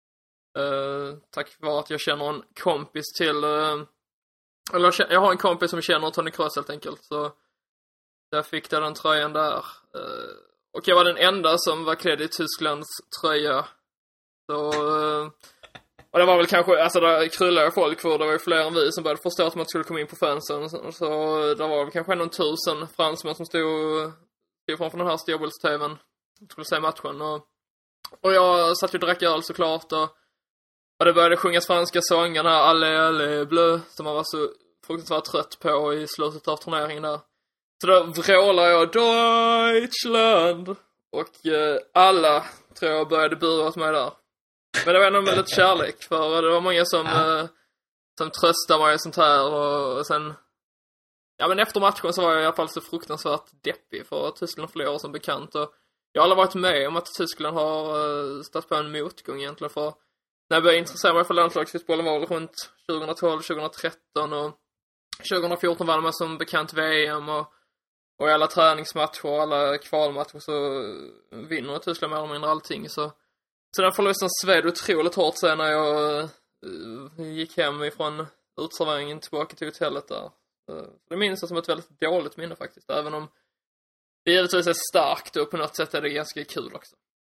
Tack vare att jag känner en kompis till eller jag har en kompis som känner Tony Kroos helt enkelt. Så jag fick den tröjan där. Och jag var den enda som var klädd i Tysklands tröja. Så och det var väl kanske, alltså där kryllade folk för det var ju fler än vi som började förstå att man skulle komma in på fansen. Så det var väl kanske någon 1000 fransmän som stod framför den här storbilds-tvn och skulle se matchen. Och jag satt ju och drack öl såklart och det började sjungas franska sånger här, Allez bleu, som man var så fruktansvärt trött på i slutet av turneringen där. Så då vrålade jag Deutschland och alla tror jag började bura åt mig där. Men det var ändå med lite kärlek för det var många som tröstade mig och sånt här och sen ja men efter matchen så var jag i alla fall så fruktansvärt deppig för Tyskland förlorade som bekant och jag har aldrig varit med om att Tyskland har stått på en motgång egentligen för när jag började intressera mig för landslagsfotbollen var det runt 2012, 2013 och 2014 vann man som bekant VM och i alla träningsmatcher och alla kvalmatcher så vinner Tyskland mer eller mindre allting så den förlusten sved otroligt hårt sen när jag gick hem ifrån utserveringen tillbaka till hotellet där. Det minns jag som ett väldigt dåligt minne faktiskt, även om det givetvis är starkt och på något sätt är det ganska kul också.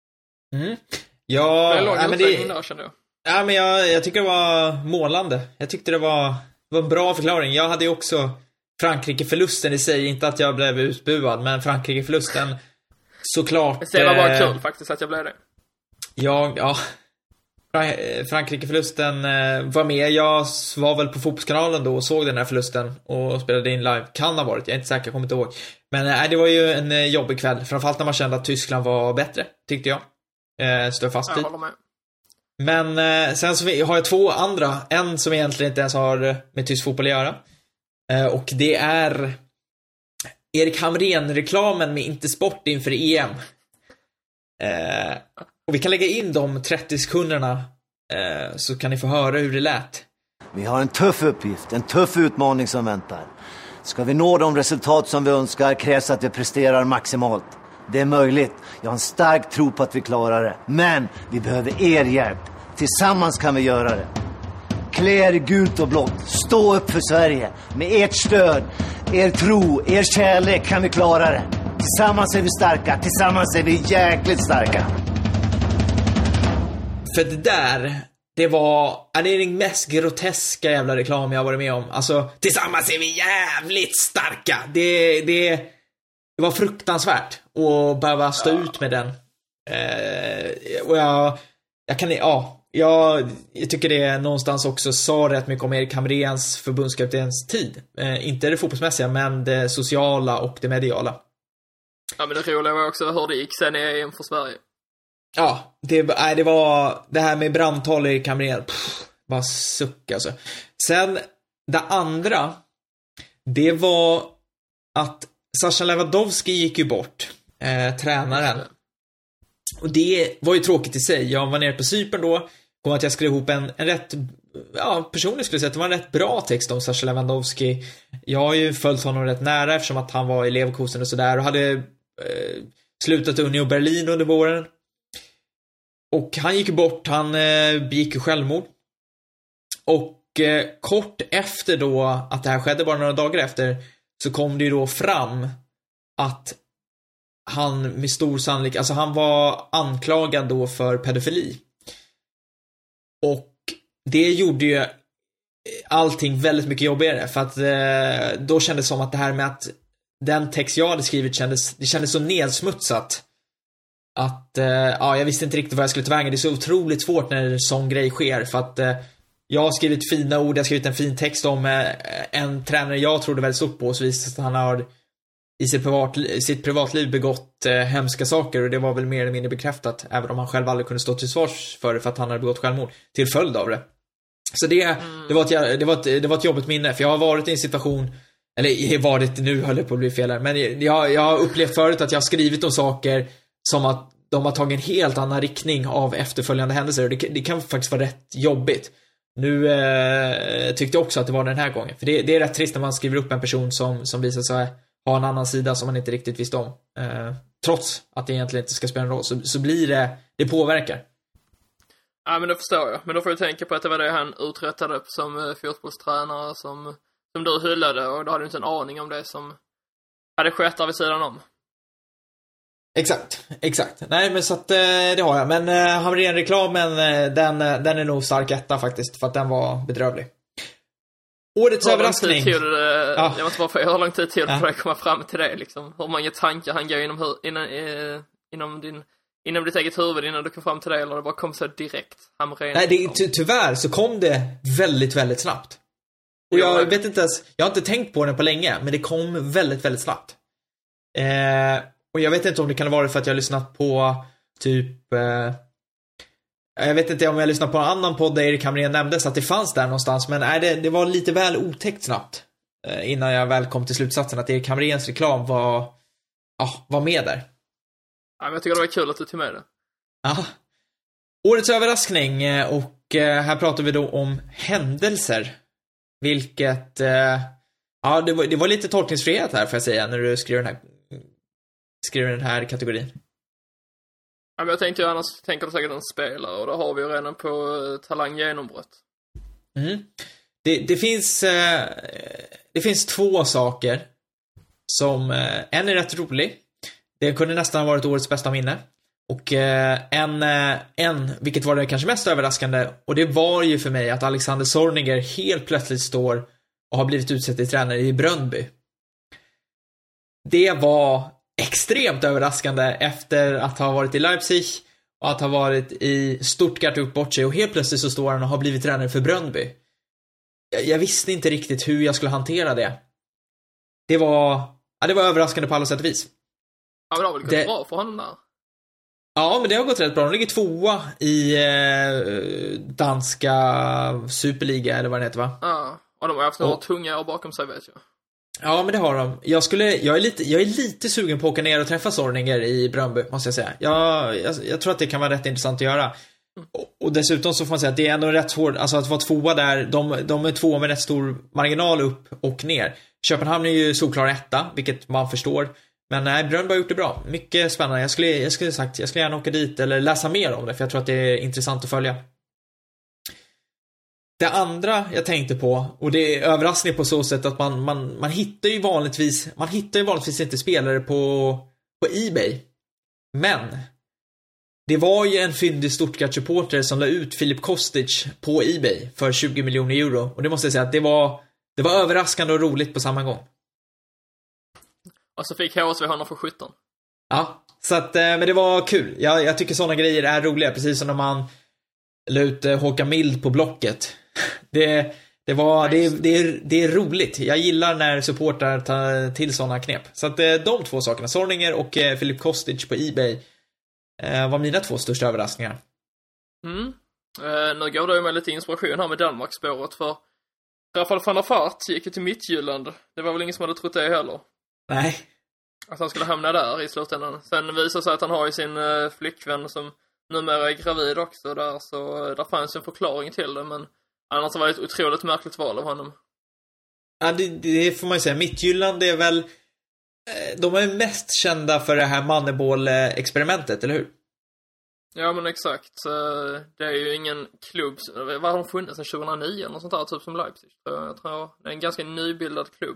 Ja, det är lång utläggning där känner jag. Ja, men jag tycker det var målande. Jag tyckte det var en bra förklaring. Jag hade ju också Frankrike-förlusten i sig. Inte att jag blev utbuad, men Frankrike-förlusten såklart. Det var bara kul faktiskt att jag blev det. Ja. Frankrike-förlusten var med. Jag var väl på fotbollskanalen då och såg den här förlusten och spelade in live. Kan ha varit, jag är inte säker, jag kommer inte ihåg. Men det var ju en jobbig kväll. Framförallt när man kände att Tyskland var bättre, tyckte jag. Står fast vid. Men sen så har jag 2 andra. En som egentligen inte ens har med tysk fotboll att göra. Och det är Erik Hamrén-reklamen med Intersport inför EM. Och vi kan lägga in de 30 sekunderna så kan ni få höra hur det lät. Vi har en tuff uppgift, en tuff utmaning som väntar. Ska vi nå de resultat som vi önskar krävs att vi presterar maximalt. Det är möjligt. Jag har en stark tro på att vi klarar det. Men vi behöver er hjälp. Tillsammans kan vi göra det. Klä er i gult och blått. Stå upp för Sverige. Med ert stöd, er tro, er kärlek kan vi klara det. Tillsammans är vi starka. Tillsammans är vi jäkligt starka. För det är den mest groteska jävla reklam jag har varit med om. Alltså, tillsammans är vi jävligt starka. Det var fruktansvärt att behöva stå ut med den. Och jag tycker det någonstans också sa rätt mycket om Erik Hamréns förbundskaptens tid. Inte det fotbollsmässiga, men det sociala och det mediala. Ja, men det roliga var också hur det gick sen i EM för Sverige. Ja, det var det här med brandtal i Hamrén. Bara suck alltså. Sen det andra, det var att Sasha Lewandowski gick ju bort, tränaren. Och det var ju tråkigt i sig. Jag var nere på Cypern då, kom att jag skrev ihop en rätt, ja, personligen skulle jag säga att det var en rätt bra text om Sascha Lewandowski. Jag har ju följt honom rätt nära eftersom att han var i Leverkusen och sådär, och hade slutat Union Berlin under våren. Och han gick bort, han begick självmord. Och kort efter då att det här skedde, bara några dagar efter, så kom det ju då fram att han med stor sannolikhet, alltså han var anklagad då för pedofili. Och det gjorde ju allting väldigt mycket jobbigare, för att då kändes det som att det här med att den text jag hade skrivit kändes så nedsmutsat att ja, jag visste inte riktigt vad jag skulle ta vägen. Det är så otroligt svårt när en sån grej sker, för att jag har skrivit fina ord, jag har skrivit en fin text om en tränare jag trodde väldigt stort på, så visst att han har i sitt privatliv begått hemska saker, och det var väl mer eller mindre bekräftat, även om han själv aldrig kunde stå till svars för det, för att han hade begått självmord till följd av det. Så det var ett jobbigt minne, för jag har varit i en situation, eller varit, nu höll det på att bli fel här, men jag har upplevt förut att jag har skrivit om saker som att de har tagit en helt annan riktning av efterföljande händelser, och det kan faktiskt vara rätt jobbigt. Nu tyckte jag också att det var den här gången, för det är rätt trist när man skriver upp en person som visar sig ha en annan sida som man inte riktigt visste om, trots att det egentligen inte ska spela en roll, så blir det påverkar. Ja, men det förstår jag. Men då får du tänka på att det var det han uträttade som fotbollstränare som du hyllade, och då hade du inte en aning om det som hade skett där vid sidan om. Exakt. Nej, men så att det har jag. Men Hamrén-reklamen, den är nog stark etta faktiskt, för att den var bedrövlig. Årets överraskning. Jag måste bara få hur lång tid till för att komma fram till det liksom. Hur många tankar han går inom ditt eget huvud innan du kom fram till det, eller det bara kom så direkt. Nej, tyvärr så kom det väldigt, väldigt snabbt. Och jag vet inte ens, jag har inte tänkt på den på länge, men det kom väldigt, väldigt snabbt. Och jag vet inte om det kan vara för att jag har lyssnat på typ jag vet inte om jag lyssnat på en annan podd där Erik Hamrén nämndes att det fanns där någonstans, men det var lite väl otäckt snabbt innan jag väl kom till slutsatsen att Erik Hamréns reklam var med där. Ja, men jag tycker det var kul att du tog med det. Ja. Årets överraskning, och här pratar vi då om händelser, vilket det var lite tolkningsfrihet här, får jag säga, när du skriver den här kategorin. Ja, men jag tänkte ju annars tänker du säkert en spelare, och då har vi ju redan på talang genombrott. Det finns två saker som en är rätt rolig. Det kunde nästan ha varit årets bästa minne. Och en vilket var det kanske mest överraskande, och det var ju för mig att Alexander Zorniger helt plötsligt står och har blivit utsedd till tränare i Brøndby. Det var extremt överraskande efter att ha varit i Leipzig och att ha varit i Stuttgart och bort sig, och helt plötsligt så står han och har blivit tränare för Brøndby. Jag visste inte riktigt hur jag skulle hantera det. Det var överraskande på alla sätt och vis. Ja, men det har väl gått bra för honom där. Ja, men det har gått rätt bra. De ligger 2 i danska Superliga, eller vad det heter, va? Ja, och de har haft några tunga år bakom sig, vet jag. Ja, men det har de. Jag är lite sugen på att åka ner och träffa Zorniger i Brøndby, måste jag säga. Jag tror att det kan vara rätt intressant att göra. Och dessutom så får man säga att det är ändå rätt svårt, alltså att vara 2 där, de är 2 med rätt stor marginal upp och ner. Köpenhamn är ju solklar 1, vilket man förstår. Men nej, Brøndby har gjort det bra. Mycket spännande. Jag skulle gärna åka dit eller läsa mer om det, för jag tror att det är intressant att följa. Det andra jag tänkte på, och det är överraskning på så sätt att man hittar ju vanligtvis inte spelare på eBay. Men det var ju en fyndig Stuttgart-supporter som la ut Filip Kostic på eBay för 20 miljoner euro. Och det måste jag säga att det var överraskande och roligt på samma gång. Och så fick HSV honom för 17. Ja, så att, men det var kul. Jag tycker sådana grejer är roliga, precis som när man la ut Håkan Mild på Blocket. Det är roligt. Jag gillar när supportrar tar till sådana knep. Så att de 2 sakerna, Zorniger och Filip Kostic på eBay, var mina 2 största överraskningar. Nu går det ju med lite inspiration här med Danmarksspåret, för Rafael van der Vaart gick ju till Midtjylland. Det var väl ingen som hade trott det heller. Nej. att han skulle hamna där i slutändan. Sen visar sig att han har ju sin flickvän som numera är gravid också där, så där fanns en förklaring till det, men annars var det ett otroligt märkligt val av honom. Ja, det får man ju säga. Midtjylland är väl de är mest kända för det här Moneyball-experimentet, eller hur? Ja, men exakt. Det är ju ingen klubb. Vad har de funnits sedan 2009 eller sånt där, typ som Leipzig? Jag tror det är en ganska nybildad klubb.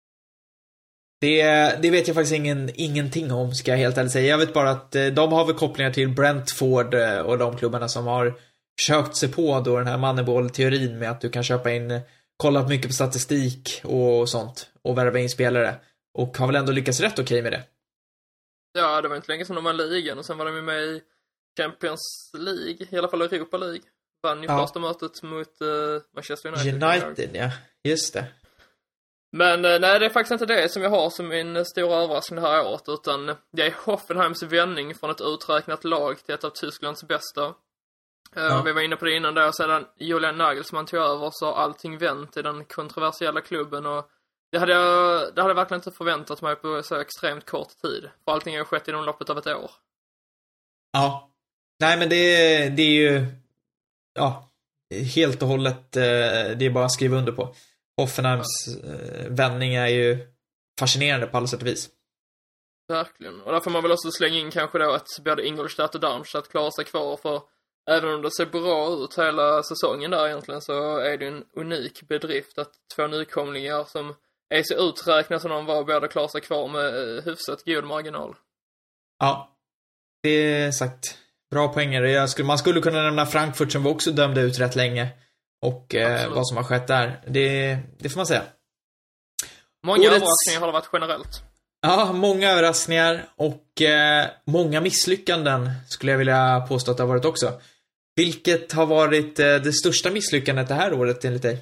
Det vet jag faktiskt ingenting om, ska jag helt ärligt säga. Jag vet bara att de har väl kopplingar till Brentford och de klubbarna som har försökt sig på då den här Moneyball-teorin med att du kan köpa in, kolla mycket på statistik och sånt och värva in spelare. Och har väl ändå lyckats rätt okej med det. Ja, det var inte länge sedan de var ligan och sen var de med i Champions League, i alla fall Europa League. Vann ju första mötet mot Manchester United, ja. Just det. Men nej, det är faktiskt inte det som jag har som min stora överraskning det här året, utan det är Hoffenheims vändning från ett uträknat lag till ett av Tysklands bästa. Vi var inne på det innan där, sedan Julian Nagelsmann tog över så har allting vänt i den kontroversiella klubben, och det hade jag verkligen inte förväntat mig på så extremt kort tid. För allting har skett inom loppet av ett år. Ja. Nej, men det är ju helt och hållet det är bara att skriva under på. Hoffenheims vändning är ju fascinerande på alla sätt och vis. Verkligen. Och där får man väl också slänga in kanske då att både Ingolstadt och Darmstadt klarar sig kvar, för även om det ser bra ut hela säsongen där egentligen, så är det en unik bedrift att två nykomlingar som är så uträknade som de var båda klarar sig kvar med hyfsat god marginal. Ja, det är sagt. Bra poänger. Man skulle kunna nämna Frankfurt som vi också dömde ut rätt länge. Och vad som har skett där. Det får man säga. Många överraskningar har det varit generellt. Ja, många överraskningar och många misslyckanden skulle jag vilja påstå att det har varit också. Vilket har varit det största misslyckandet det här året enligt dig?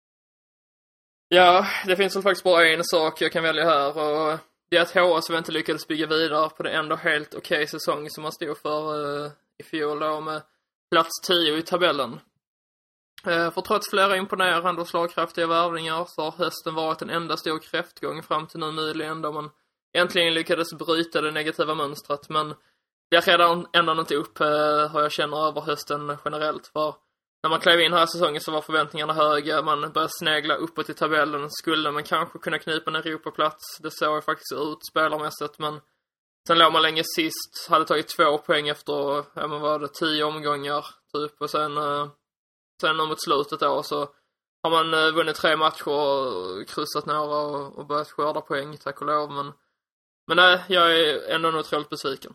Ja, det finns väl faktiskt bara en sak jag kan välja här, och det är att HSV inte lyckades bygga vidare på det ändå helt okej säsong som man stod för i fjol då, med plats 10 i tabellen. För trots flera imponerande och slagkraftiga värvningar så har hösten varit en enda stor kräftgång fram till nu nyligen, då man äntligen lyckades bryta det negativa mönstret. Men det redan ändå inte upp har jag känner över hösten generellt. För när man klev in här i säsongen så var förväntningarna höga, man började snegla uppåt i tabellen, skulle man kanske kunna knipa en Europaplats. Det såg ju faktiskt ut spelarmässigt, men sen låg man länge sist, hade tagit 2 poäng efter 10 omgångar typ, och sen mot slutet då så har man vunnit 3 matcher och kryssat några och börjat skörda poäng, tack och lov. Men nej, jag är ändå otroligt besviken.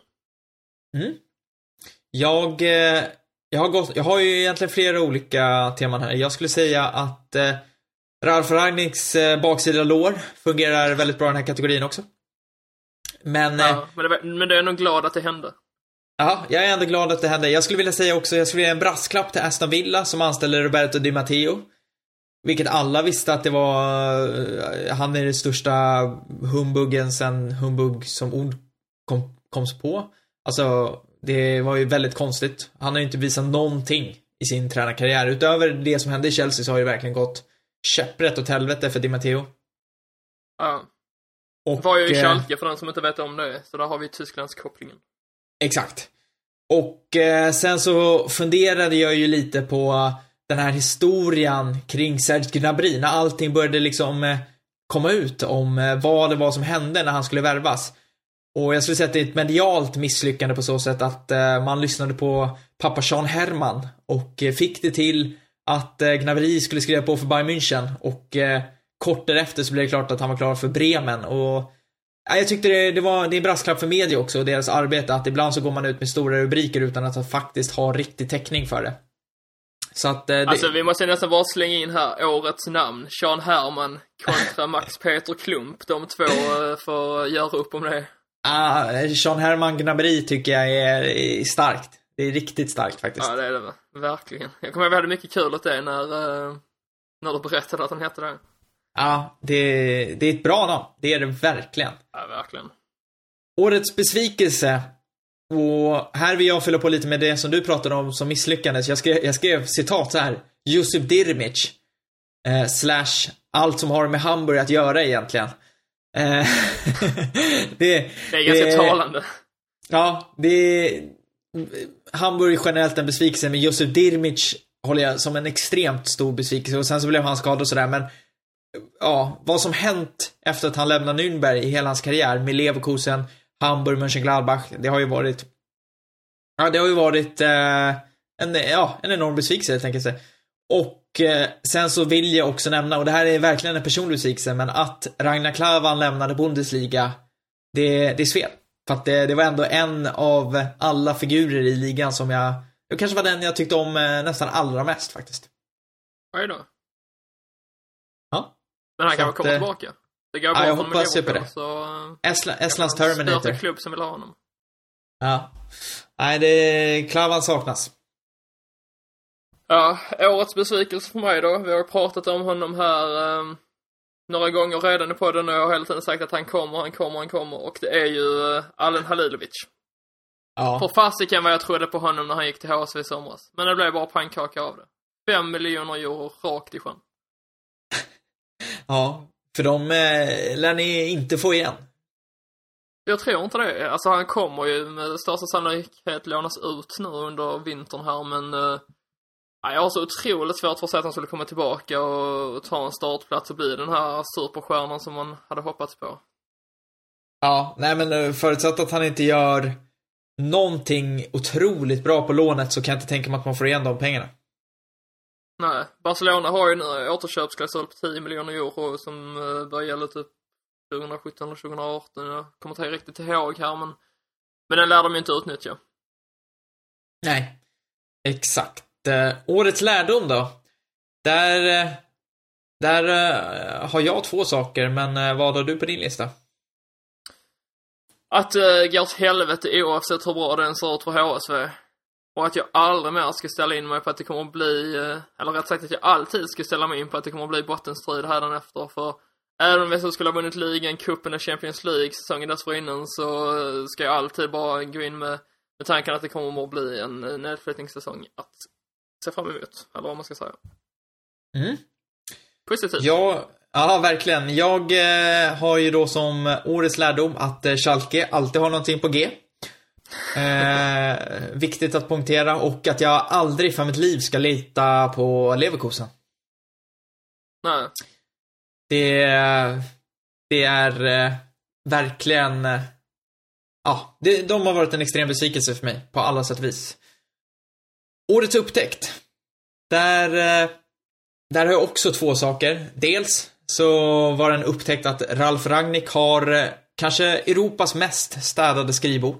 Jag har ju egentligen flera olika teman här. Jag skulle säga att Ralf Rangnicks baksida lår fungerar väldigt bra i den här kategorin också. Men det är nog glad att det hände. Ja, jag är ändå glad att det hände. Jag skulle vilja säga också, jag skulle vilja en brasklapp till Aston Villa som anställde Roberto Di Matteo. Vilket alla visste att det var, han är det största humbuggen sen humbug som ord koms på. Alltså, det var ju väldigt konstigt. Han har ju inte visat någonting i sin tränarkarriär. Utöver det som hände i Chelsea så har det verkligen gått käpprätt åt helvete för Di Matteo. Ja. Och var ju i Schalke för den som inte vet om det. Så där har vi Tysklands kopplingen. Exakt. Och sen så funderade jag ju lite på den här historien kring Serge Gnabry, när allting började liksom komma ut om vad det var som hände när han skulle värvas. Och jag skulle säga att det är ett medialt misslyckande på så sätt att man lyssnade på pappa Sean Herman och fick det till att Gnabry skulle skriva på för Bayern München, och kort därefter så blev det klart att han var klar för Bremen. Och jag tyckte det är en brasklapp för media också och deras arbete, att ibland så går man ut med stora rubriker utan att faktiskt ha riktig täckning för det. Så att alltså vi måste nästan bara slänga in här årets namn, Sean Herman kontra Max Peter Klump. De två får göra upp om det. Sean Herman Gnabry tycker jag är starkt. Det är riktigt starkt faktiskt. Ja, det är det verkligen. Jag kommer ihåg att vi hade mycket kul åt det när du berättade att han hette det. Ja, det är ett bra namn. Det är det verkligen. Ja, verkligen. Årets besvikelse. Och här vill jag fylla på lite med det som du pratade om som misslyckades. Jag skrev citat så här: Josip Dirmic / allt som har med Hamburg att göra egentligen. Det är ganska talande. Ja, det är Hamburg generellt en besvikelse, men Josip Dirmic håller jag som en extremt stor besvikelse, och sen så blev han skadad och sådär, men ja, vad som hänt efter att han lämnade Nürnberg i hela hans karriär med Leverkusen, Hamburg, Mönchengladbach, det har ju varit en enorm besvikelse helt enkelt. Och sen så vill jag också nämna, och det här är verkligen en personlig besvikelse, men att Ragnar Klavan lämnade Bundesliga, det är fel. För att det var ändå en av alla figurer i ligan som jag kanske var den jag tyckte om nästan allra mest faktiskt. Oj då. Ja. Men han kan komma tillbaka. Det går bra, jag hoppas ju på det. Så Estlands Terminator. Större klubb som vill ha honom. Ja. Nej, Klavan saknas. Ja, årets besvikelse för mig då. Vi har pratat om honom här några gånger redan i podden, och jag har hela tiden sagt att han kommer. Och det är ju Alen Halilovic. Ja. För fasiken vad jag trodde på honom när han gick till HSV i somras. Men det blev bara pannkaka av det. 5 miljoner euro rakt i sjön. Ja, för de lär ni inte få igen. Jag tror inte det. Alltså han kommer ju med största sannolikhet lånas ut nu under vintern här, men jag har så otroligt svårt för att säga att han skulle komma tillbaka och ta en startplats och bli den här superstjärnan som man hade hoppats på. Ja, nej men förutsatt att han inte gör någonting otroligt bra på lånet, så kan jag inte tänka mig att man får igen de pengarna. Nej, Barcelona har ju en återköpsklausul på 10 miljoner euro som börjar gälla typ 2017 eller 2018. Jag kommer inte riktigt ihåg här, men den lär de ju inte utnyttja. Nej, exakt. Årets lärdom då? Där har jag 2 saker, men vad har du på din lista? Att gå åt helvete oavsett hur bra den ser ut för HSV. Och att jag aldrig mer ska ställa in mig på att det kommer att bli, eller rätt sagt att jag alltid ska ställa mig in på att det kommer att bli bottenstrid hädanefter. För även om vi så skulle ha vunnit ligan, cupen och Champions League säsongen dessförinnan, så ska jag alltid bara gå in med tanken att det kommer att bli en nedflyttningssäsong att se fram emot, eller vad man ska säga. Mm. Positivt. Ja, verkligen. Jag har ju då som årets lärdom att Schalke alltid har någonting på G. Viktigt att punktera, och att jag aldrig för mitt liv ska lita på Leverkusen. Nej. Det är verkligen de har varit en extrem besvikelse för mig på alla sätt och vis. Årets upptäckt. Där har jag också 2 saker. Dels så var det en upptäckt att Ralf Rangnick har kanske Europas mest städade skrivbord.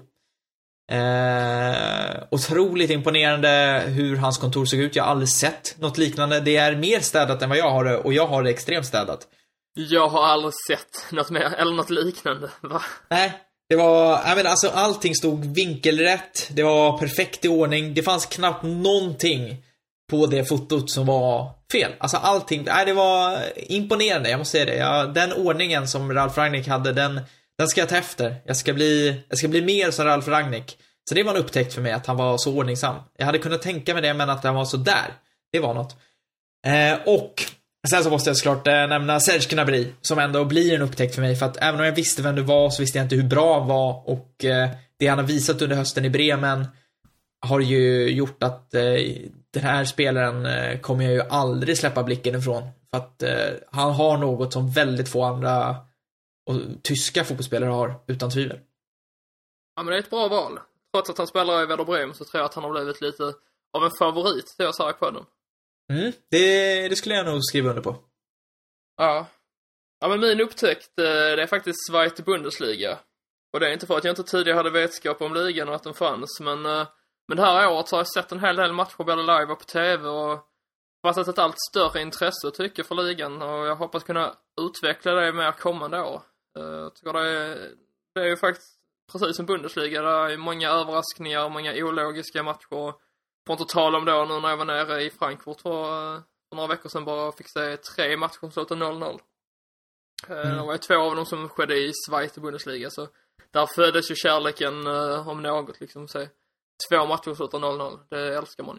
Otroligt imponerande hur hans kontor såg ut. Jag har aldrig sett något liknande. Det är mer städat än vad jag har det, och jag har det extremt städat. Jag har aldrig sett något mer eller något liknande, va? Nej, det var, alltså allting stod vinkelrätt. Det var perfekt i ordning. Det fanns knappt någonting på det fotot som var fel. Alltså allting, det var imponerande, jag måste säga det. Den ordningen som Ralf Rangnick hade, den ska jag ta efter. Jag ska bli mer som Ralf Rangnick. Så det var en upptäckt för mig att han var så ordningsam. Jag hade kunnat tänka mig det, men att han var så där, det var något. Och sen så måste jag såklart nämna Serge Gnabry, som ändå blir en upptäckt för mig. För att även om jag visste vem det var, så visste jag inte hur bra han var. Och det han har visat under hösten i Bremen har ju gjort att den här spelaren kommer jag ju aldrig släppa blicken ifrån. För att han har något som väldigt få andra och tyska fotbollsspelare har, utan tvivel. Ja, men det är ett bra val. Trots att han spelar i Werder Bremen, så tror jag att han har blivit lite av en favorit, det jag sa på den. Det skulle jag nog skriva under på. Ja. Ja, men min upptäckt, det är faktiskt Zweite Bundesliga. Och det är inte för att jag inte tidigare hade vetskap om ligan och att den fanns, men det här året så har jag sett en hel del matcher både live och på tv, och fattat ett allt större intresse och tycke för ligan, och jag hoppas kunna utveckla det mer kommande år. Jag tycker det är ju faktiskt precis som Bundesliga, där är många överraskningar, många ologiska matcher. Får inte tala om då nu när jag var nere i Frankfurt för några veckor sedan, bara fick se 3 matcher som slutade 0-0. Det var 2 av dem som skedde i Zweite Bundesliga, så där föddes ju kärleken om något, liksom. Så 2 matcher som slutade 0-0, det älskar man ju.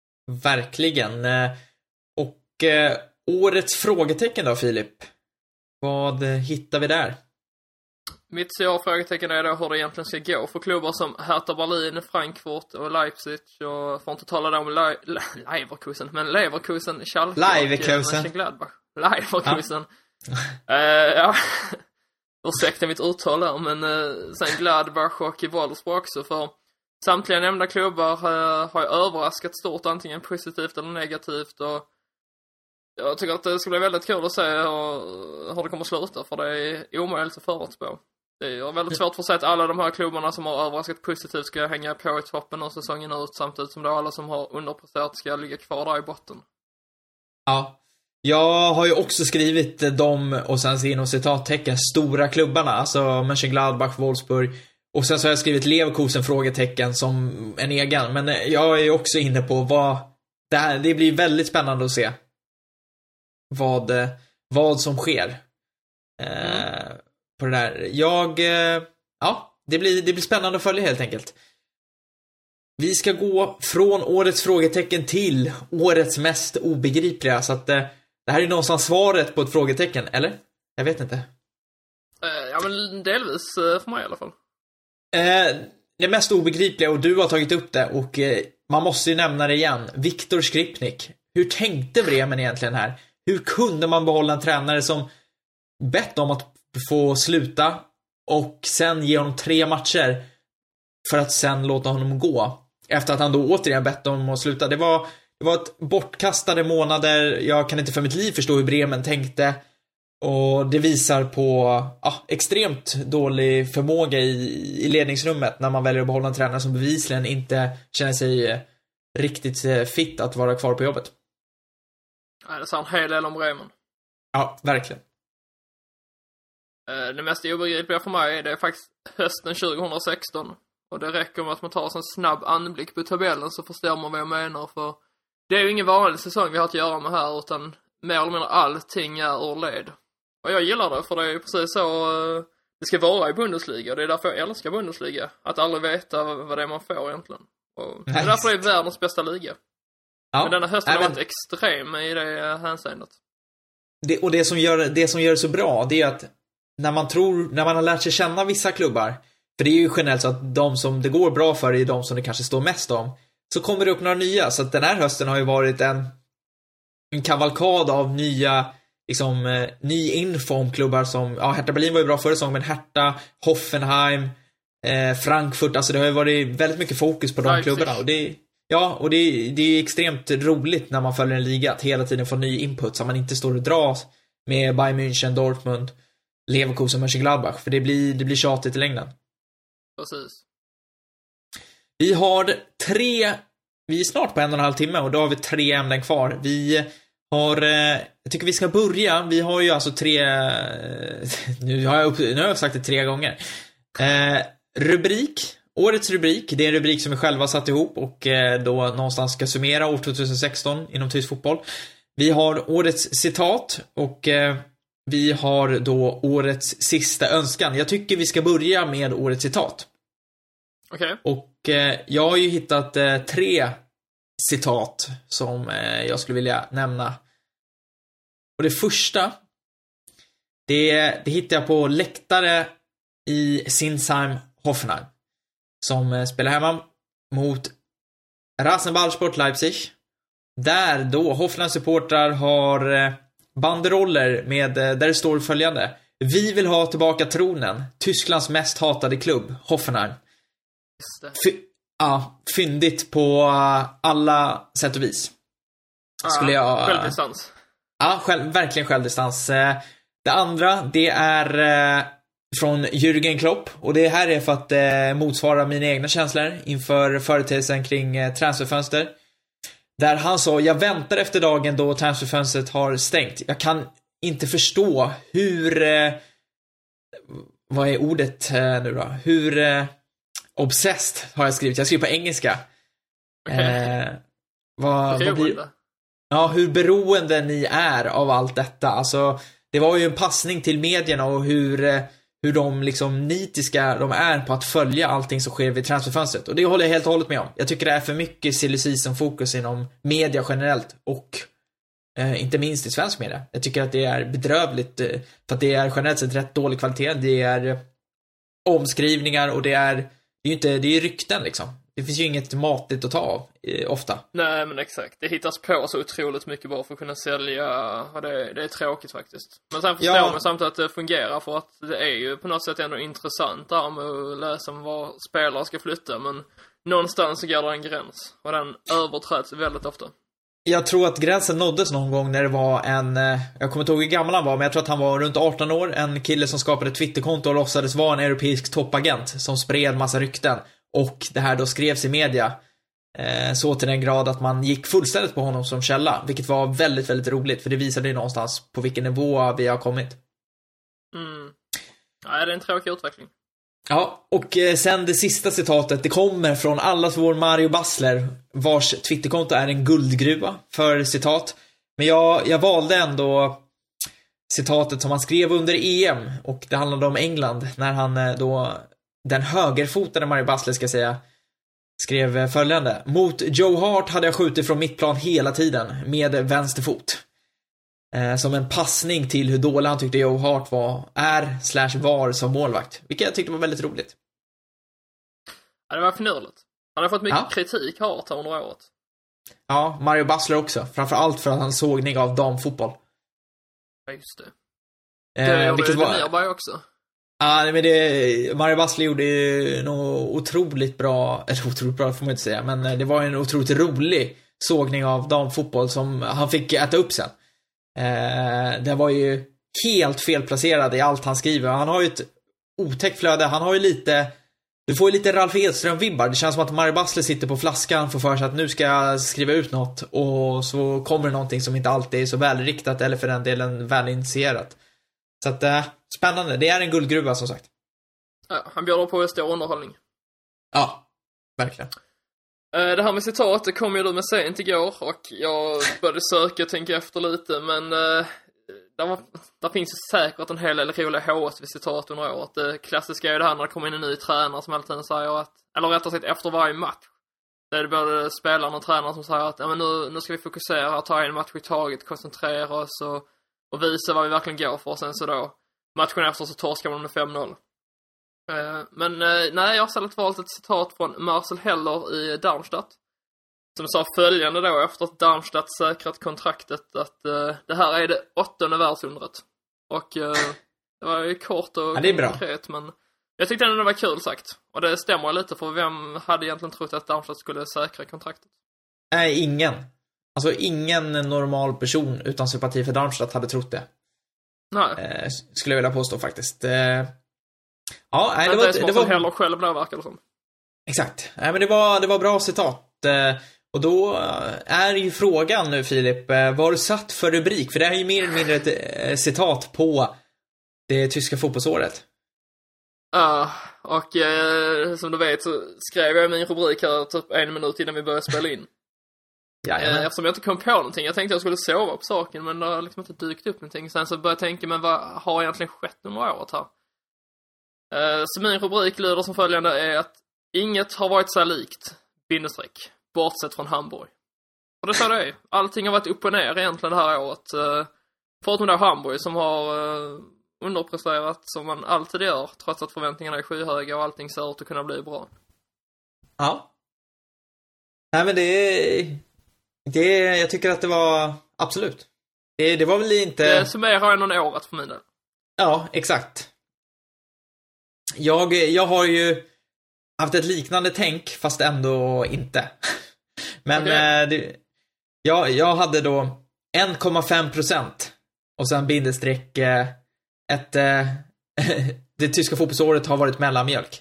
Verkligen. Och årets frågetecken då, Filip? Vad hittar vi där? Mitt stora frågetecken är då hur det egentligen ska gå för klubbar som Hertha Berlin, Frankfurt och Leipzig och får inte tala om Leverkusen, men Leverkusen, Schalke Leverkusen. och Mönchengladbach. Leverkusen. Ja. Ursäkta mitt uttal där, men sen Gladbach och Wolfsburg också, för samtliga nämnda klubbar har ju överraskat stort, antingen positivt eller negativt, och jag tycker att det ska bli väldigt kul att se hur det kommer att sluta, för det är omöjligt att förutspå. Det är väldigt svårt för att säga att alla de här klubbarna som har överraskat positivt ska hänga på i toppen och säsongen ut, samtidigt som då alla som har underpresterat ska ligga kvar där i botten. Ja. Jag har ju också skrivit dem och sen inom citattecken stora klubbarna, alltså Mönchengladbach, Wolfsburg, och sen så har jag skrivit Leverkusen frågetecken som en egen, men jag är ju också inne på vad det blir väldigt spännande att se vad som sker på det där. Det blir spännande att följa helt enkelt. Vi ska gå från årets frågetecken till årets mest obegripliga, så att det här är någonstans svaret på ett frågetecken, eller? Jag vet inte. Ja, men delvis för mig i alla fall. Det mest obegripliga, och du har tagit upp det, och man måste ju nämna det igen. Viktor Skripnik. Hur tänkte Bremen egentligen här? Hur kunde man behålla en tränare som bett om att få sluta och sen ge honom 3 matcher för att sen låta honom gå? Efter att han då återigen bett om att sluta. Det var ett bortkastade månader. Jag kan inte för mitt liv förstå hur Bremen tänkte. Och det visar på extremt dålig förmåga i ledningsrummet när man väljer att behålla en tränare som bevisligen inte känner sig riktigt fit att vara kvar på jobbet. Nej, det sa en hel del om Bremen. Ja, verkligen. Det mest obegripliga för mig är det faktiskt hösten 2016. Och det räcker med att man tar en snabb anblick på tabellen så förstår man vad jag menar. För det är ju ingen vanlig säsong vi har att göra med här, utan mer eller mindre allting är ur led. Och jag gillar det, för det är ju precis så det ska vara i Bundesliga. Det är därför jag älskar Bundesliga. Att aldrig veta vad det är man får egentligen. Och det är därför det är världens bästa liga. Ja, men denna hösten har varit extrem i det hänseendet. Det som gör det så bra, det är att när man har lärt sig känna vissa klubbar, för det är ju generellt så att de som det går bra för är de som det kanske står mest om, så kommer det upp några nya. Så att den här hösten har ju varit en kavalkad av nya, liksom, ny info om klubbar som, Hertha Berlin var ju bra förra säsongen, men Hertha, Hoffenheim, Frankfurt, alltså det har ju varit väldigt mycket fokus på de klubbarna, och det är extremt roligt när man följer en liga att hela tiden få ny input, så man inte står och dras med Bayern München, Dortmund, Leverkusen, Mönchengladbach, för det blir tjatigt i längden. Precis. Vi är snart på 1,5 timme och då har vi 3 ämnen kvar. Jag tycker vi ska börja. Vi har ju alltså 3 nu har jag sagt det 3 gånger. Årets rubrik, det är en rubrik som vi själva satt ihop och då någonstans ska summera år 2016 inom tysk fotboll. Vi har årets citat och vi har då årets sista önskan. Jag tycker vi ska börja med årets citat. Okej. Och jag har ju hittat 3 citat som jag skulle vilja nämna. Och det första, det hittar jag på läktare i Sinsheim Hoffenheim, som spelar hemma mot Rasenballsport Leipzig. Där då Hoffenheim-supportrar har banderoller där det står följande: vi vill ha tillbaka tronen, Tysklands mest hatade klubb, Hoffenheim. Fyndigt på alla sätt och vis. Skulle jag... Självdistans. Ja, verkligen självdistans. Det andra, det är från Jürgen Klopp. Och det här är för att motsvara mina egna känslor inför företeelsen kring transferfönster. Där han sa: jag väntar efter dagen då transferfönstret har stängt. Jag kan inte förstå hur... vad är ordet nu då? Hur... obsessed har jag skrivit. Jag skriver på engelska. Hur beroende ni är av allt detta. Alltså, det var ju en passning till medierna och hur de liksom nitiska de är på att följa allting som sker vid transferfönstret. Och det håller jag helt och hållet med om. Jag tycker det är för mycket silly season fokus inom media generellt och Inte minst i svensk media. Jag tycker att det är bedrövligt för att det är generellt sett rätt dålig kvalitet. Det är omskrivningar och det är ju rykten liksom. Det finns ju inget matigt att ta av ofta. Nej, men exakt. Det hittas på så otroligt mycket bara för att kunna sälja. Och det är tråkigt faktiskt. Men sen förstår man samtidigt att det fungerar, för att det är ju på något sätt ändå intressant där med att läsa om var spelare ska flytta. Men någonstans så går det en gräns. Och den överträds väldigt ofta. Jag tror att gränsen nåddes någon gång när det var jag kommer inte ihåg hur gammal han var, men jag tror att han var runt 18 år. En kille som skapade ett Twitterkonto och låtsades vara en europeisk toppagent som spred massa rykten. Och det här då skrevs i media så till den grad att man gick fullständigt på honom som källa. Vilket var väldigt, väldigt roligt, för det visade ju någonstans på vilken nivå vi har kommit. Ja, det är en tråkig utveckling. Ja, och sen det sista citatet, det kommer från allas vår Mario Basler, vars Twitterkonto är en guldgruva för citat. Men jag valde ändå citatet som han skrev under EM, och det handlade om England, när han då, den högerfotade Mario Basler ska säga, skrev följande: mot Joe Hart hade jag skjutit från mittplan hela tiden med vänster fot. Som en passning till hur dålig han tyckte Joe Hart var som målvakt. Vilket jag tyckte var väldigt roligt. Ja, det var finurligt. Han har fått mycket kritik Hart under året. Ja, Mario Basler också. Framförallt för att han sågning av damfotboll. Ja, just det. Vilket var Nerberg också. Ja, men Mario Basler gjorde ju nog otroligt bra, eller otroligt bra får man inte säga, men det var en otroligt rolig sågning av damfotboll som han fick äta upp sen. Det var ju helt felplacerad i allt han skriver. Han har ju ett otäckt flöde. Han har ju lite, du får ju lite Ralf Edström-vibbar. Det känns som att Mario Basler sitter på flaskan, får för sig att nu ska jag skriva ut något, och så kommer det någonting som inte alltid är så välriktat eller för den delen välinitierat. Så att, spännande. Det är en guldgruva som sagt. Ja, han bjöd på stor underhållning. Ja, verkligen. Det här med citat, det kom ju du med sent igår, och jag började söka och tänka efter lite, men där finns ju säkert en hel del roliga HS vid citat under året. Det klassiska är ju det här när det kommer in en ny tränare som hela tiden säger att, eller rättare sagt efter varje match, det är både spelaren och tränaren som säger att ja, men nu ska vi fokusera, ta en match i taget, koncentrera oss och visa vad vi verkligen går för, och sen så då matchen efter så torskar man med 5-0. Men nej, jag har istället valt ett citat från Marcel Heller i Darmstadt, som sa följande då efter att Darmstadt säkrat kontraktet, att det här är det 8:e världsundret. Och det var ju kort och konkret, men jag tyckte ändå det var kul sagt. Och det stämmer lite, för vem hade egentligen trott att Darmstadt skulle säkra kontraktet? Nej, ingen. Alltså ingen normal person utan sympati för Darmstadt hade trott det. Nej. Skulle jag vilja påstå faktiskt. Ja, nej, det var heller själv där, verkar det som. Exakt. Nej, men det var bra citat. Och då är ju frågan nu, Filip, vad har du satt för rubrik? För det här är ju mer eller mindre ett citat på det tyska fotbollsåret. Ja, och som du vet så skrev jag min rubrik här typ 1 minut innan vi började spela in. Eftersom jag inte kom på någonting. Jag tänkte jag skulle sova på saken, men det har liksom inte dykt upp någonting. Sen så började jag tänka, men vad har egentligen skett under året här? Så min rubrik lyder som följande är att inget har varit så likt, bindestreck, bortsett från Hamburg. Och det sa det är. Allting har varit upp och ner egentligen det här året. Förutom då Hamburg som har underpresterat som man alltid gör, trots att förväntningarna är skyhöga och allting ser ut att kunna bli bra. Ja. Nej, men jag tycker att det var absolut. Det var väl inte... Det summerar ändå året för min del. Ja, exakt. Jag har ju haft ett liknande tänk, fast ändå inte. Men okay. Jag hade då 1,5% och sen bindestreck det tyska fotbollsåret har varit mellanmjölk.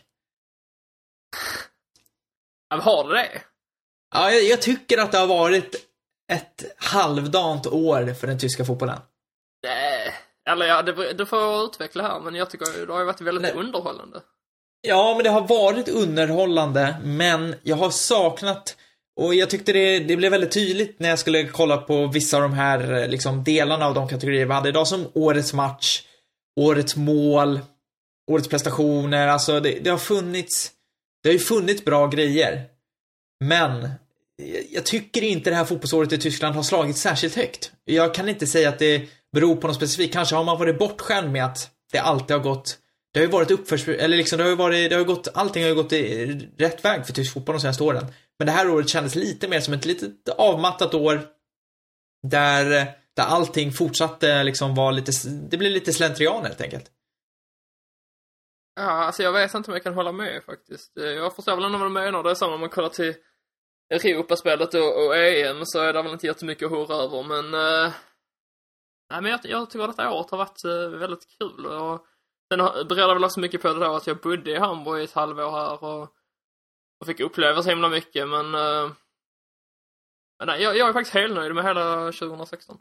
Men har det? Ja, jag tycker att det har varit ett halvdant år för den tyska fotbollen. Nej. Eller ja, det får jag utveckla här, men jag tycker det har varit väldigt underhållande. Ja, men det har varit underhållande, men jag har saknat, och jag tyckte det blev väldigt tydligt när jag skulle kolla på vissa av de här liksom, delarna av de kategorier vi hade idag, som årets match, årets mål, årets prestationer. Alltså det har ju funnits bra grejer, men jag tycker inte det här fotbollsåret i Tyskland har slagit särskilt högt. Jag kan inte säga att det beror på något specifikt. Kanske har man varit bortskämd med att det alltid har gått. Det har ju varit eller liksom allting har ju gått i rätt väg för tysk fotboll de senaste åren. Men det här året kändes lite mer som ett litet avmattat år där allting fortsatte liksom vara lite, det blev lite slentrian helt enkelt. Ja, alltså jag vet inte om jag kan hålla med faktiskt. Jag förstår väl ändå vad du menar. Det är samma om man kollar till Europaspelet och EM, så är det väl inte jättemycket att hurra över. Men, nej, men jag tycker att detta året har varit väldigt kul. Och sen beredde väl också mycket på det då att jag bodde i Hamburg i ett halvår här och fick uppleva så himla mycket. Men nej, jag är faktiskt helt nöjd med hela 2016.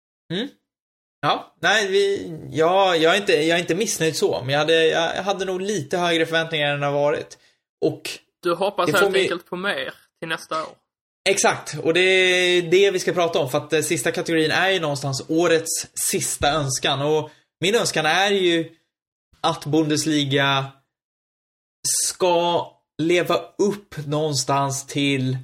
Ja, nej, jag är inte missnöjd så, men jag hade nog lite högre förväntningar än det har varit. Och du hoppas helt enkelt på mer till nästa år. Exakt, och det är det vi ska prata om, för att sista kategorin är ju någonstans årets sista önskan. Och min önskan är ju att Bundesliga ska leva upp någonstans till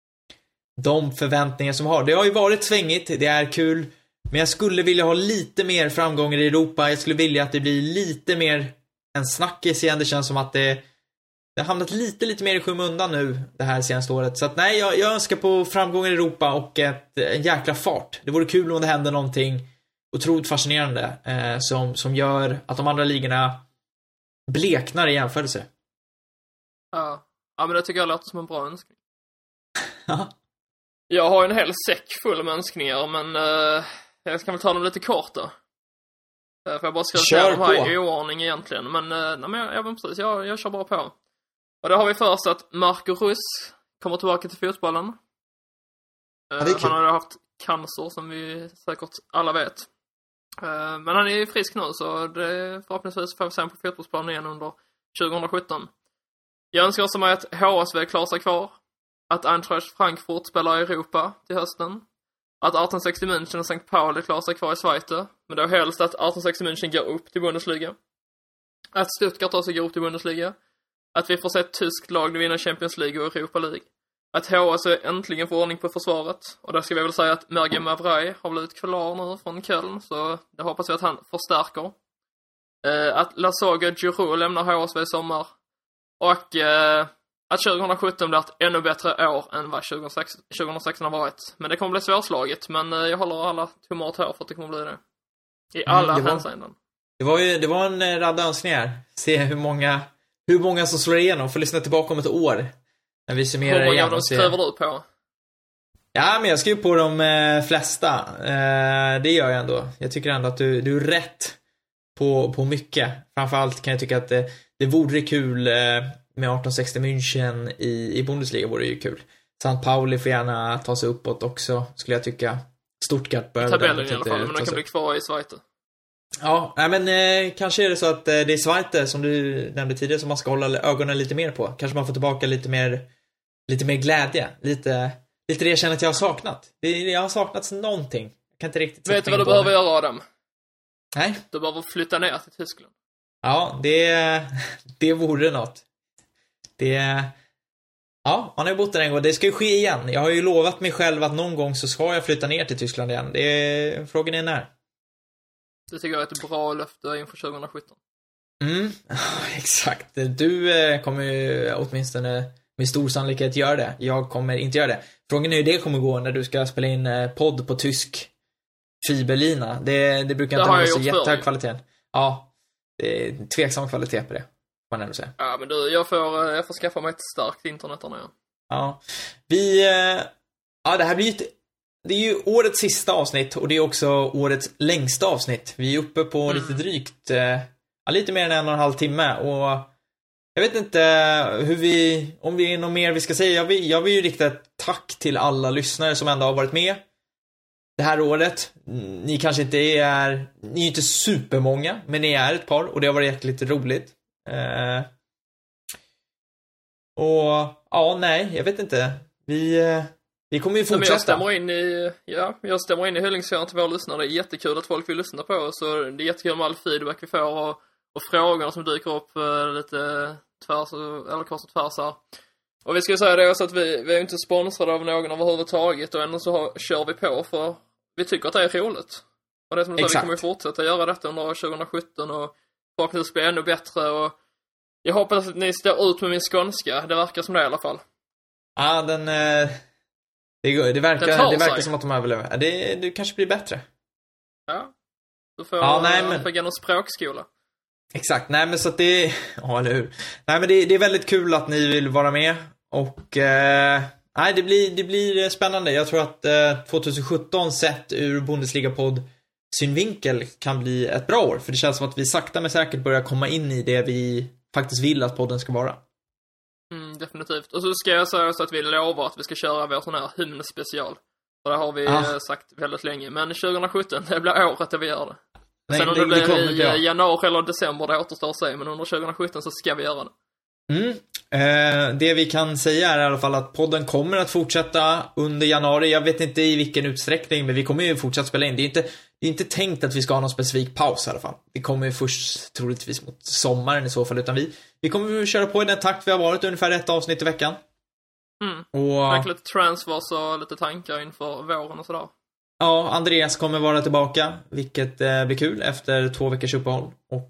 de förväntningar som har. Det har ju varit svängigt, det är kul, men jag skulle vilja ha lite mer framgångar i Europa. Jag skulle vilja att det blir lite mer en snackis igen. Det känns som att det har hamnat lite mer i skymundan nu det här senaste året. Så att nej, jag önskar på framgångar i Europa och en jäkla fart. Det vore kul om det hände någonting otroligt fascinerande som gör att de andra ligorna bleknar i jämförelse. Ja, men det tycker jag låter som en bra önskning. Ja. Jag har en hel säck full med önskningar, men jag ska väl ta dem lite kort då. För jag bara skriva dem här i oordning egentligen. Men, nej, men jag kör bara på. Och då har vi först att Marco Reus kommer tillbaka till fotbollen. Han har haft cancer, som vi säkert alla vet. Men han är frisk nu, så det förhoppningsvis får vi se på fotbollsplanen igen under 2017. Jag önskar också mig att HSV klarar sig kvar. Att Eintracht Frankfurt spelar i Europa till hösten. Att 1860 München och St. Pauli klarar sig kvar i Schweiz. Men då helst att 1860 München går upp till Bundesliga. Att Stuttgart också går upp till Bundesliga. Att vi får se ett tyskt lag vinna Champions League och Europa League. Att HSV äntligen får ordning på försvaret. Och där ska vi väl säga att Mergem Mavrai har blivit klar nu från Köln. Så det hoppas vi att han förstärker. Att Lasogga Giroud lämnar HSV i sommar. Och att 2017 blir ett ännu bättre år än vad 2016 har varit. Men det kommer bli svårslaget. Men jag håller alla tummar här för att det kommer bli det. I alla hänseenden. Det var en rad önskningar. Se hur många som slår igenom. Får lyssna tillbaka om ett år. När vi summerar igen. Hur många av dem skriver du på? Ja, men jag skriver på de flesta. Det gör jag ändå. Jag tycker ändå att du är rätt på mycket. Framförallt kan jag tycka att det vore kul med 1860 München i Bundesliga, vore ju kul. St. Pauli får gärna ta sig uppåt också, skulle jag tycka. Stuttgart behöver tabellen i alla fall, men de kan bli kvar i Schweiz. Ja, men kanske är det så att det är Schweiz, som du nämnde tidigare, som man ska hålla ögonen lite mer på. Kanske man får tillbaka lite mer glädje. Lite det jag känner att jag har saknat. Jag har saknat någonting. Jag kan inte riktigt. Vet du vad du behöver göra, Adam? Nej. Du behöver flytta ner till Tyskland. Ja, det vore något. Ja, man har ju bott där en gång. Det ska ju ske igen. Jag har ju lovat mig själv att någon gång så ska jag flytta ner till Tyskland igen. Frågan är när. Det tycker jag är ett bra löfte inför 2017. Exakt. Du kommer ju åtminstone med stor sannolikhet göra det. Jag kommer inte göra det. Frågan är hur det kommer gå när du ska spela in podd på tysk fiberlina. Det brukar inte ha så jättehög kvalitet. Ja, det är tveksam kvalitet på det. Man ändå säga. Ja, men du, jag får skaffa mig ett starkt internet här nu. Ja. Det här blir det är ju årets sista avsnitt, och det är också årets längsta avsnitt. Vi är uppe på lite drygt lite mer än 1,5 timme, och jag vet inte om det är något mer vi ska säga. Jag vill ju rikta ett tack till alla lyssnare som ändå har varit med det här året. Ni kanske inte ni är inte supermånga, men ni är ett par, och det har varit jäkligt roligt. Jag vet inte. Vi kommer ju fortsätta. Jag stämmer in i hyllningskören till våra lyssnare. Det är jättekul att folk vill lyssna på oss, och det är jättekul med all feedback vi får och frågorna som dyker upp lite kors och tvärs här. Och vi ska säga det också att vi är inte sponsrade av någon överhuvudtaget och ändå så kör vi på för vi tycker att det är roligt. Och det är som vi kommer fortsätta göra detta under 2017 och förhoppningsvis bli ännu bättre och jag hoppas att ni står ut med min skånska. Det verkar som det i alla fall. Ja, det verkar som att de överlever. Det kanske blir bättre. Ja. Du får gå någon språkskola. Exakt, nej men så att det ja, eller hur. Nej men det är väldigt kul att ni vill vara med. Och nej, det blir spännande. Jag tror att 2017 sett ur Bundesliga-podd synvinkel kan bli ett bra år. För det känns som att vi sakta men säkert börjar komma in i det vi faktiskt vill att podden ska vara. Definitivt. Och så ska jag säga så att vi lovar att vi ska köra vår sån här hymnspecial. Och det har vi sagt väldigt länge. Men 2017, det blir året att vi gör det. Nej, sen om det blir i januari eller december, det återstår att se. Men under 2017 så ska vi göra det. Det vi kan säga är i alla fall att podden kommer att fortsätta under januari. Jag vet inte i vilken utsträckning, men vi kommer ju fortsätta spela in. Det är inte tänkt att vi ska ha någon specifik paus i alla fall. Det kommer ju först troligtvis mot sommaren i så fall, utan vi kommer att köra på i den takt vi har varit, ungefär ett avsnitt i veckan. Och lite transfers och lite tankar inför våren och sådär. Ja, Andreas kommer vara tillbaka, vilket blir kul efter 2 veckors uppehåll. Och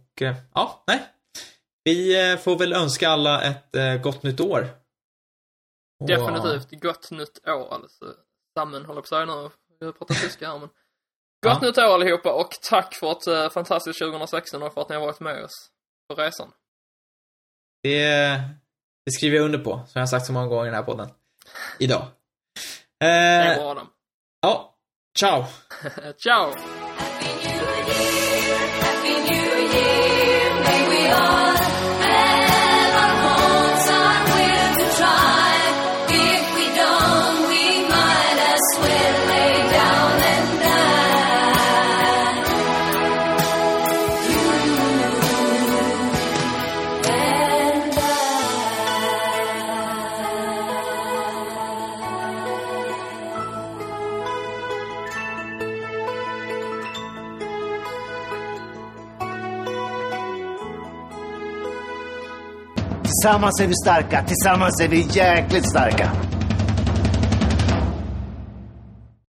vi får väl önska alla ett gott nytt år. Definitivt, gott nytt år alltså. Sammen håller på sig nu. Jag pratar tyska här, men gott nytt år allihopa och tack för ett fantastiskt 2016 och för att ni har varit med oss på resan. Det skriver jag under på, som jag har sagt så många gånger i den här podden. Idag. Det är bra, Adam. Ja, ciao. Ciao. Happy New Year, may we all have our homes on where to try. If we don't, we might as well lay down and die. You and Tillsammans är vi starka, tillsammans är vi jäkligt starka.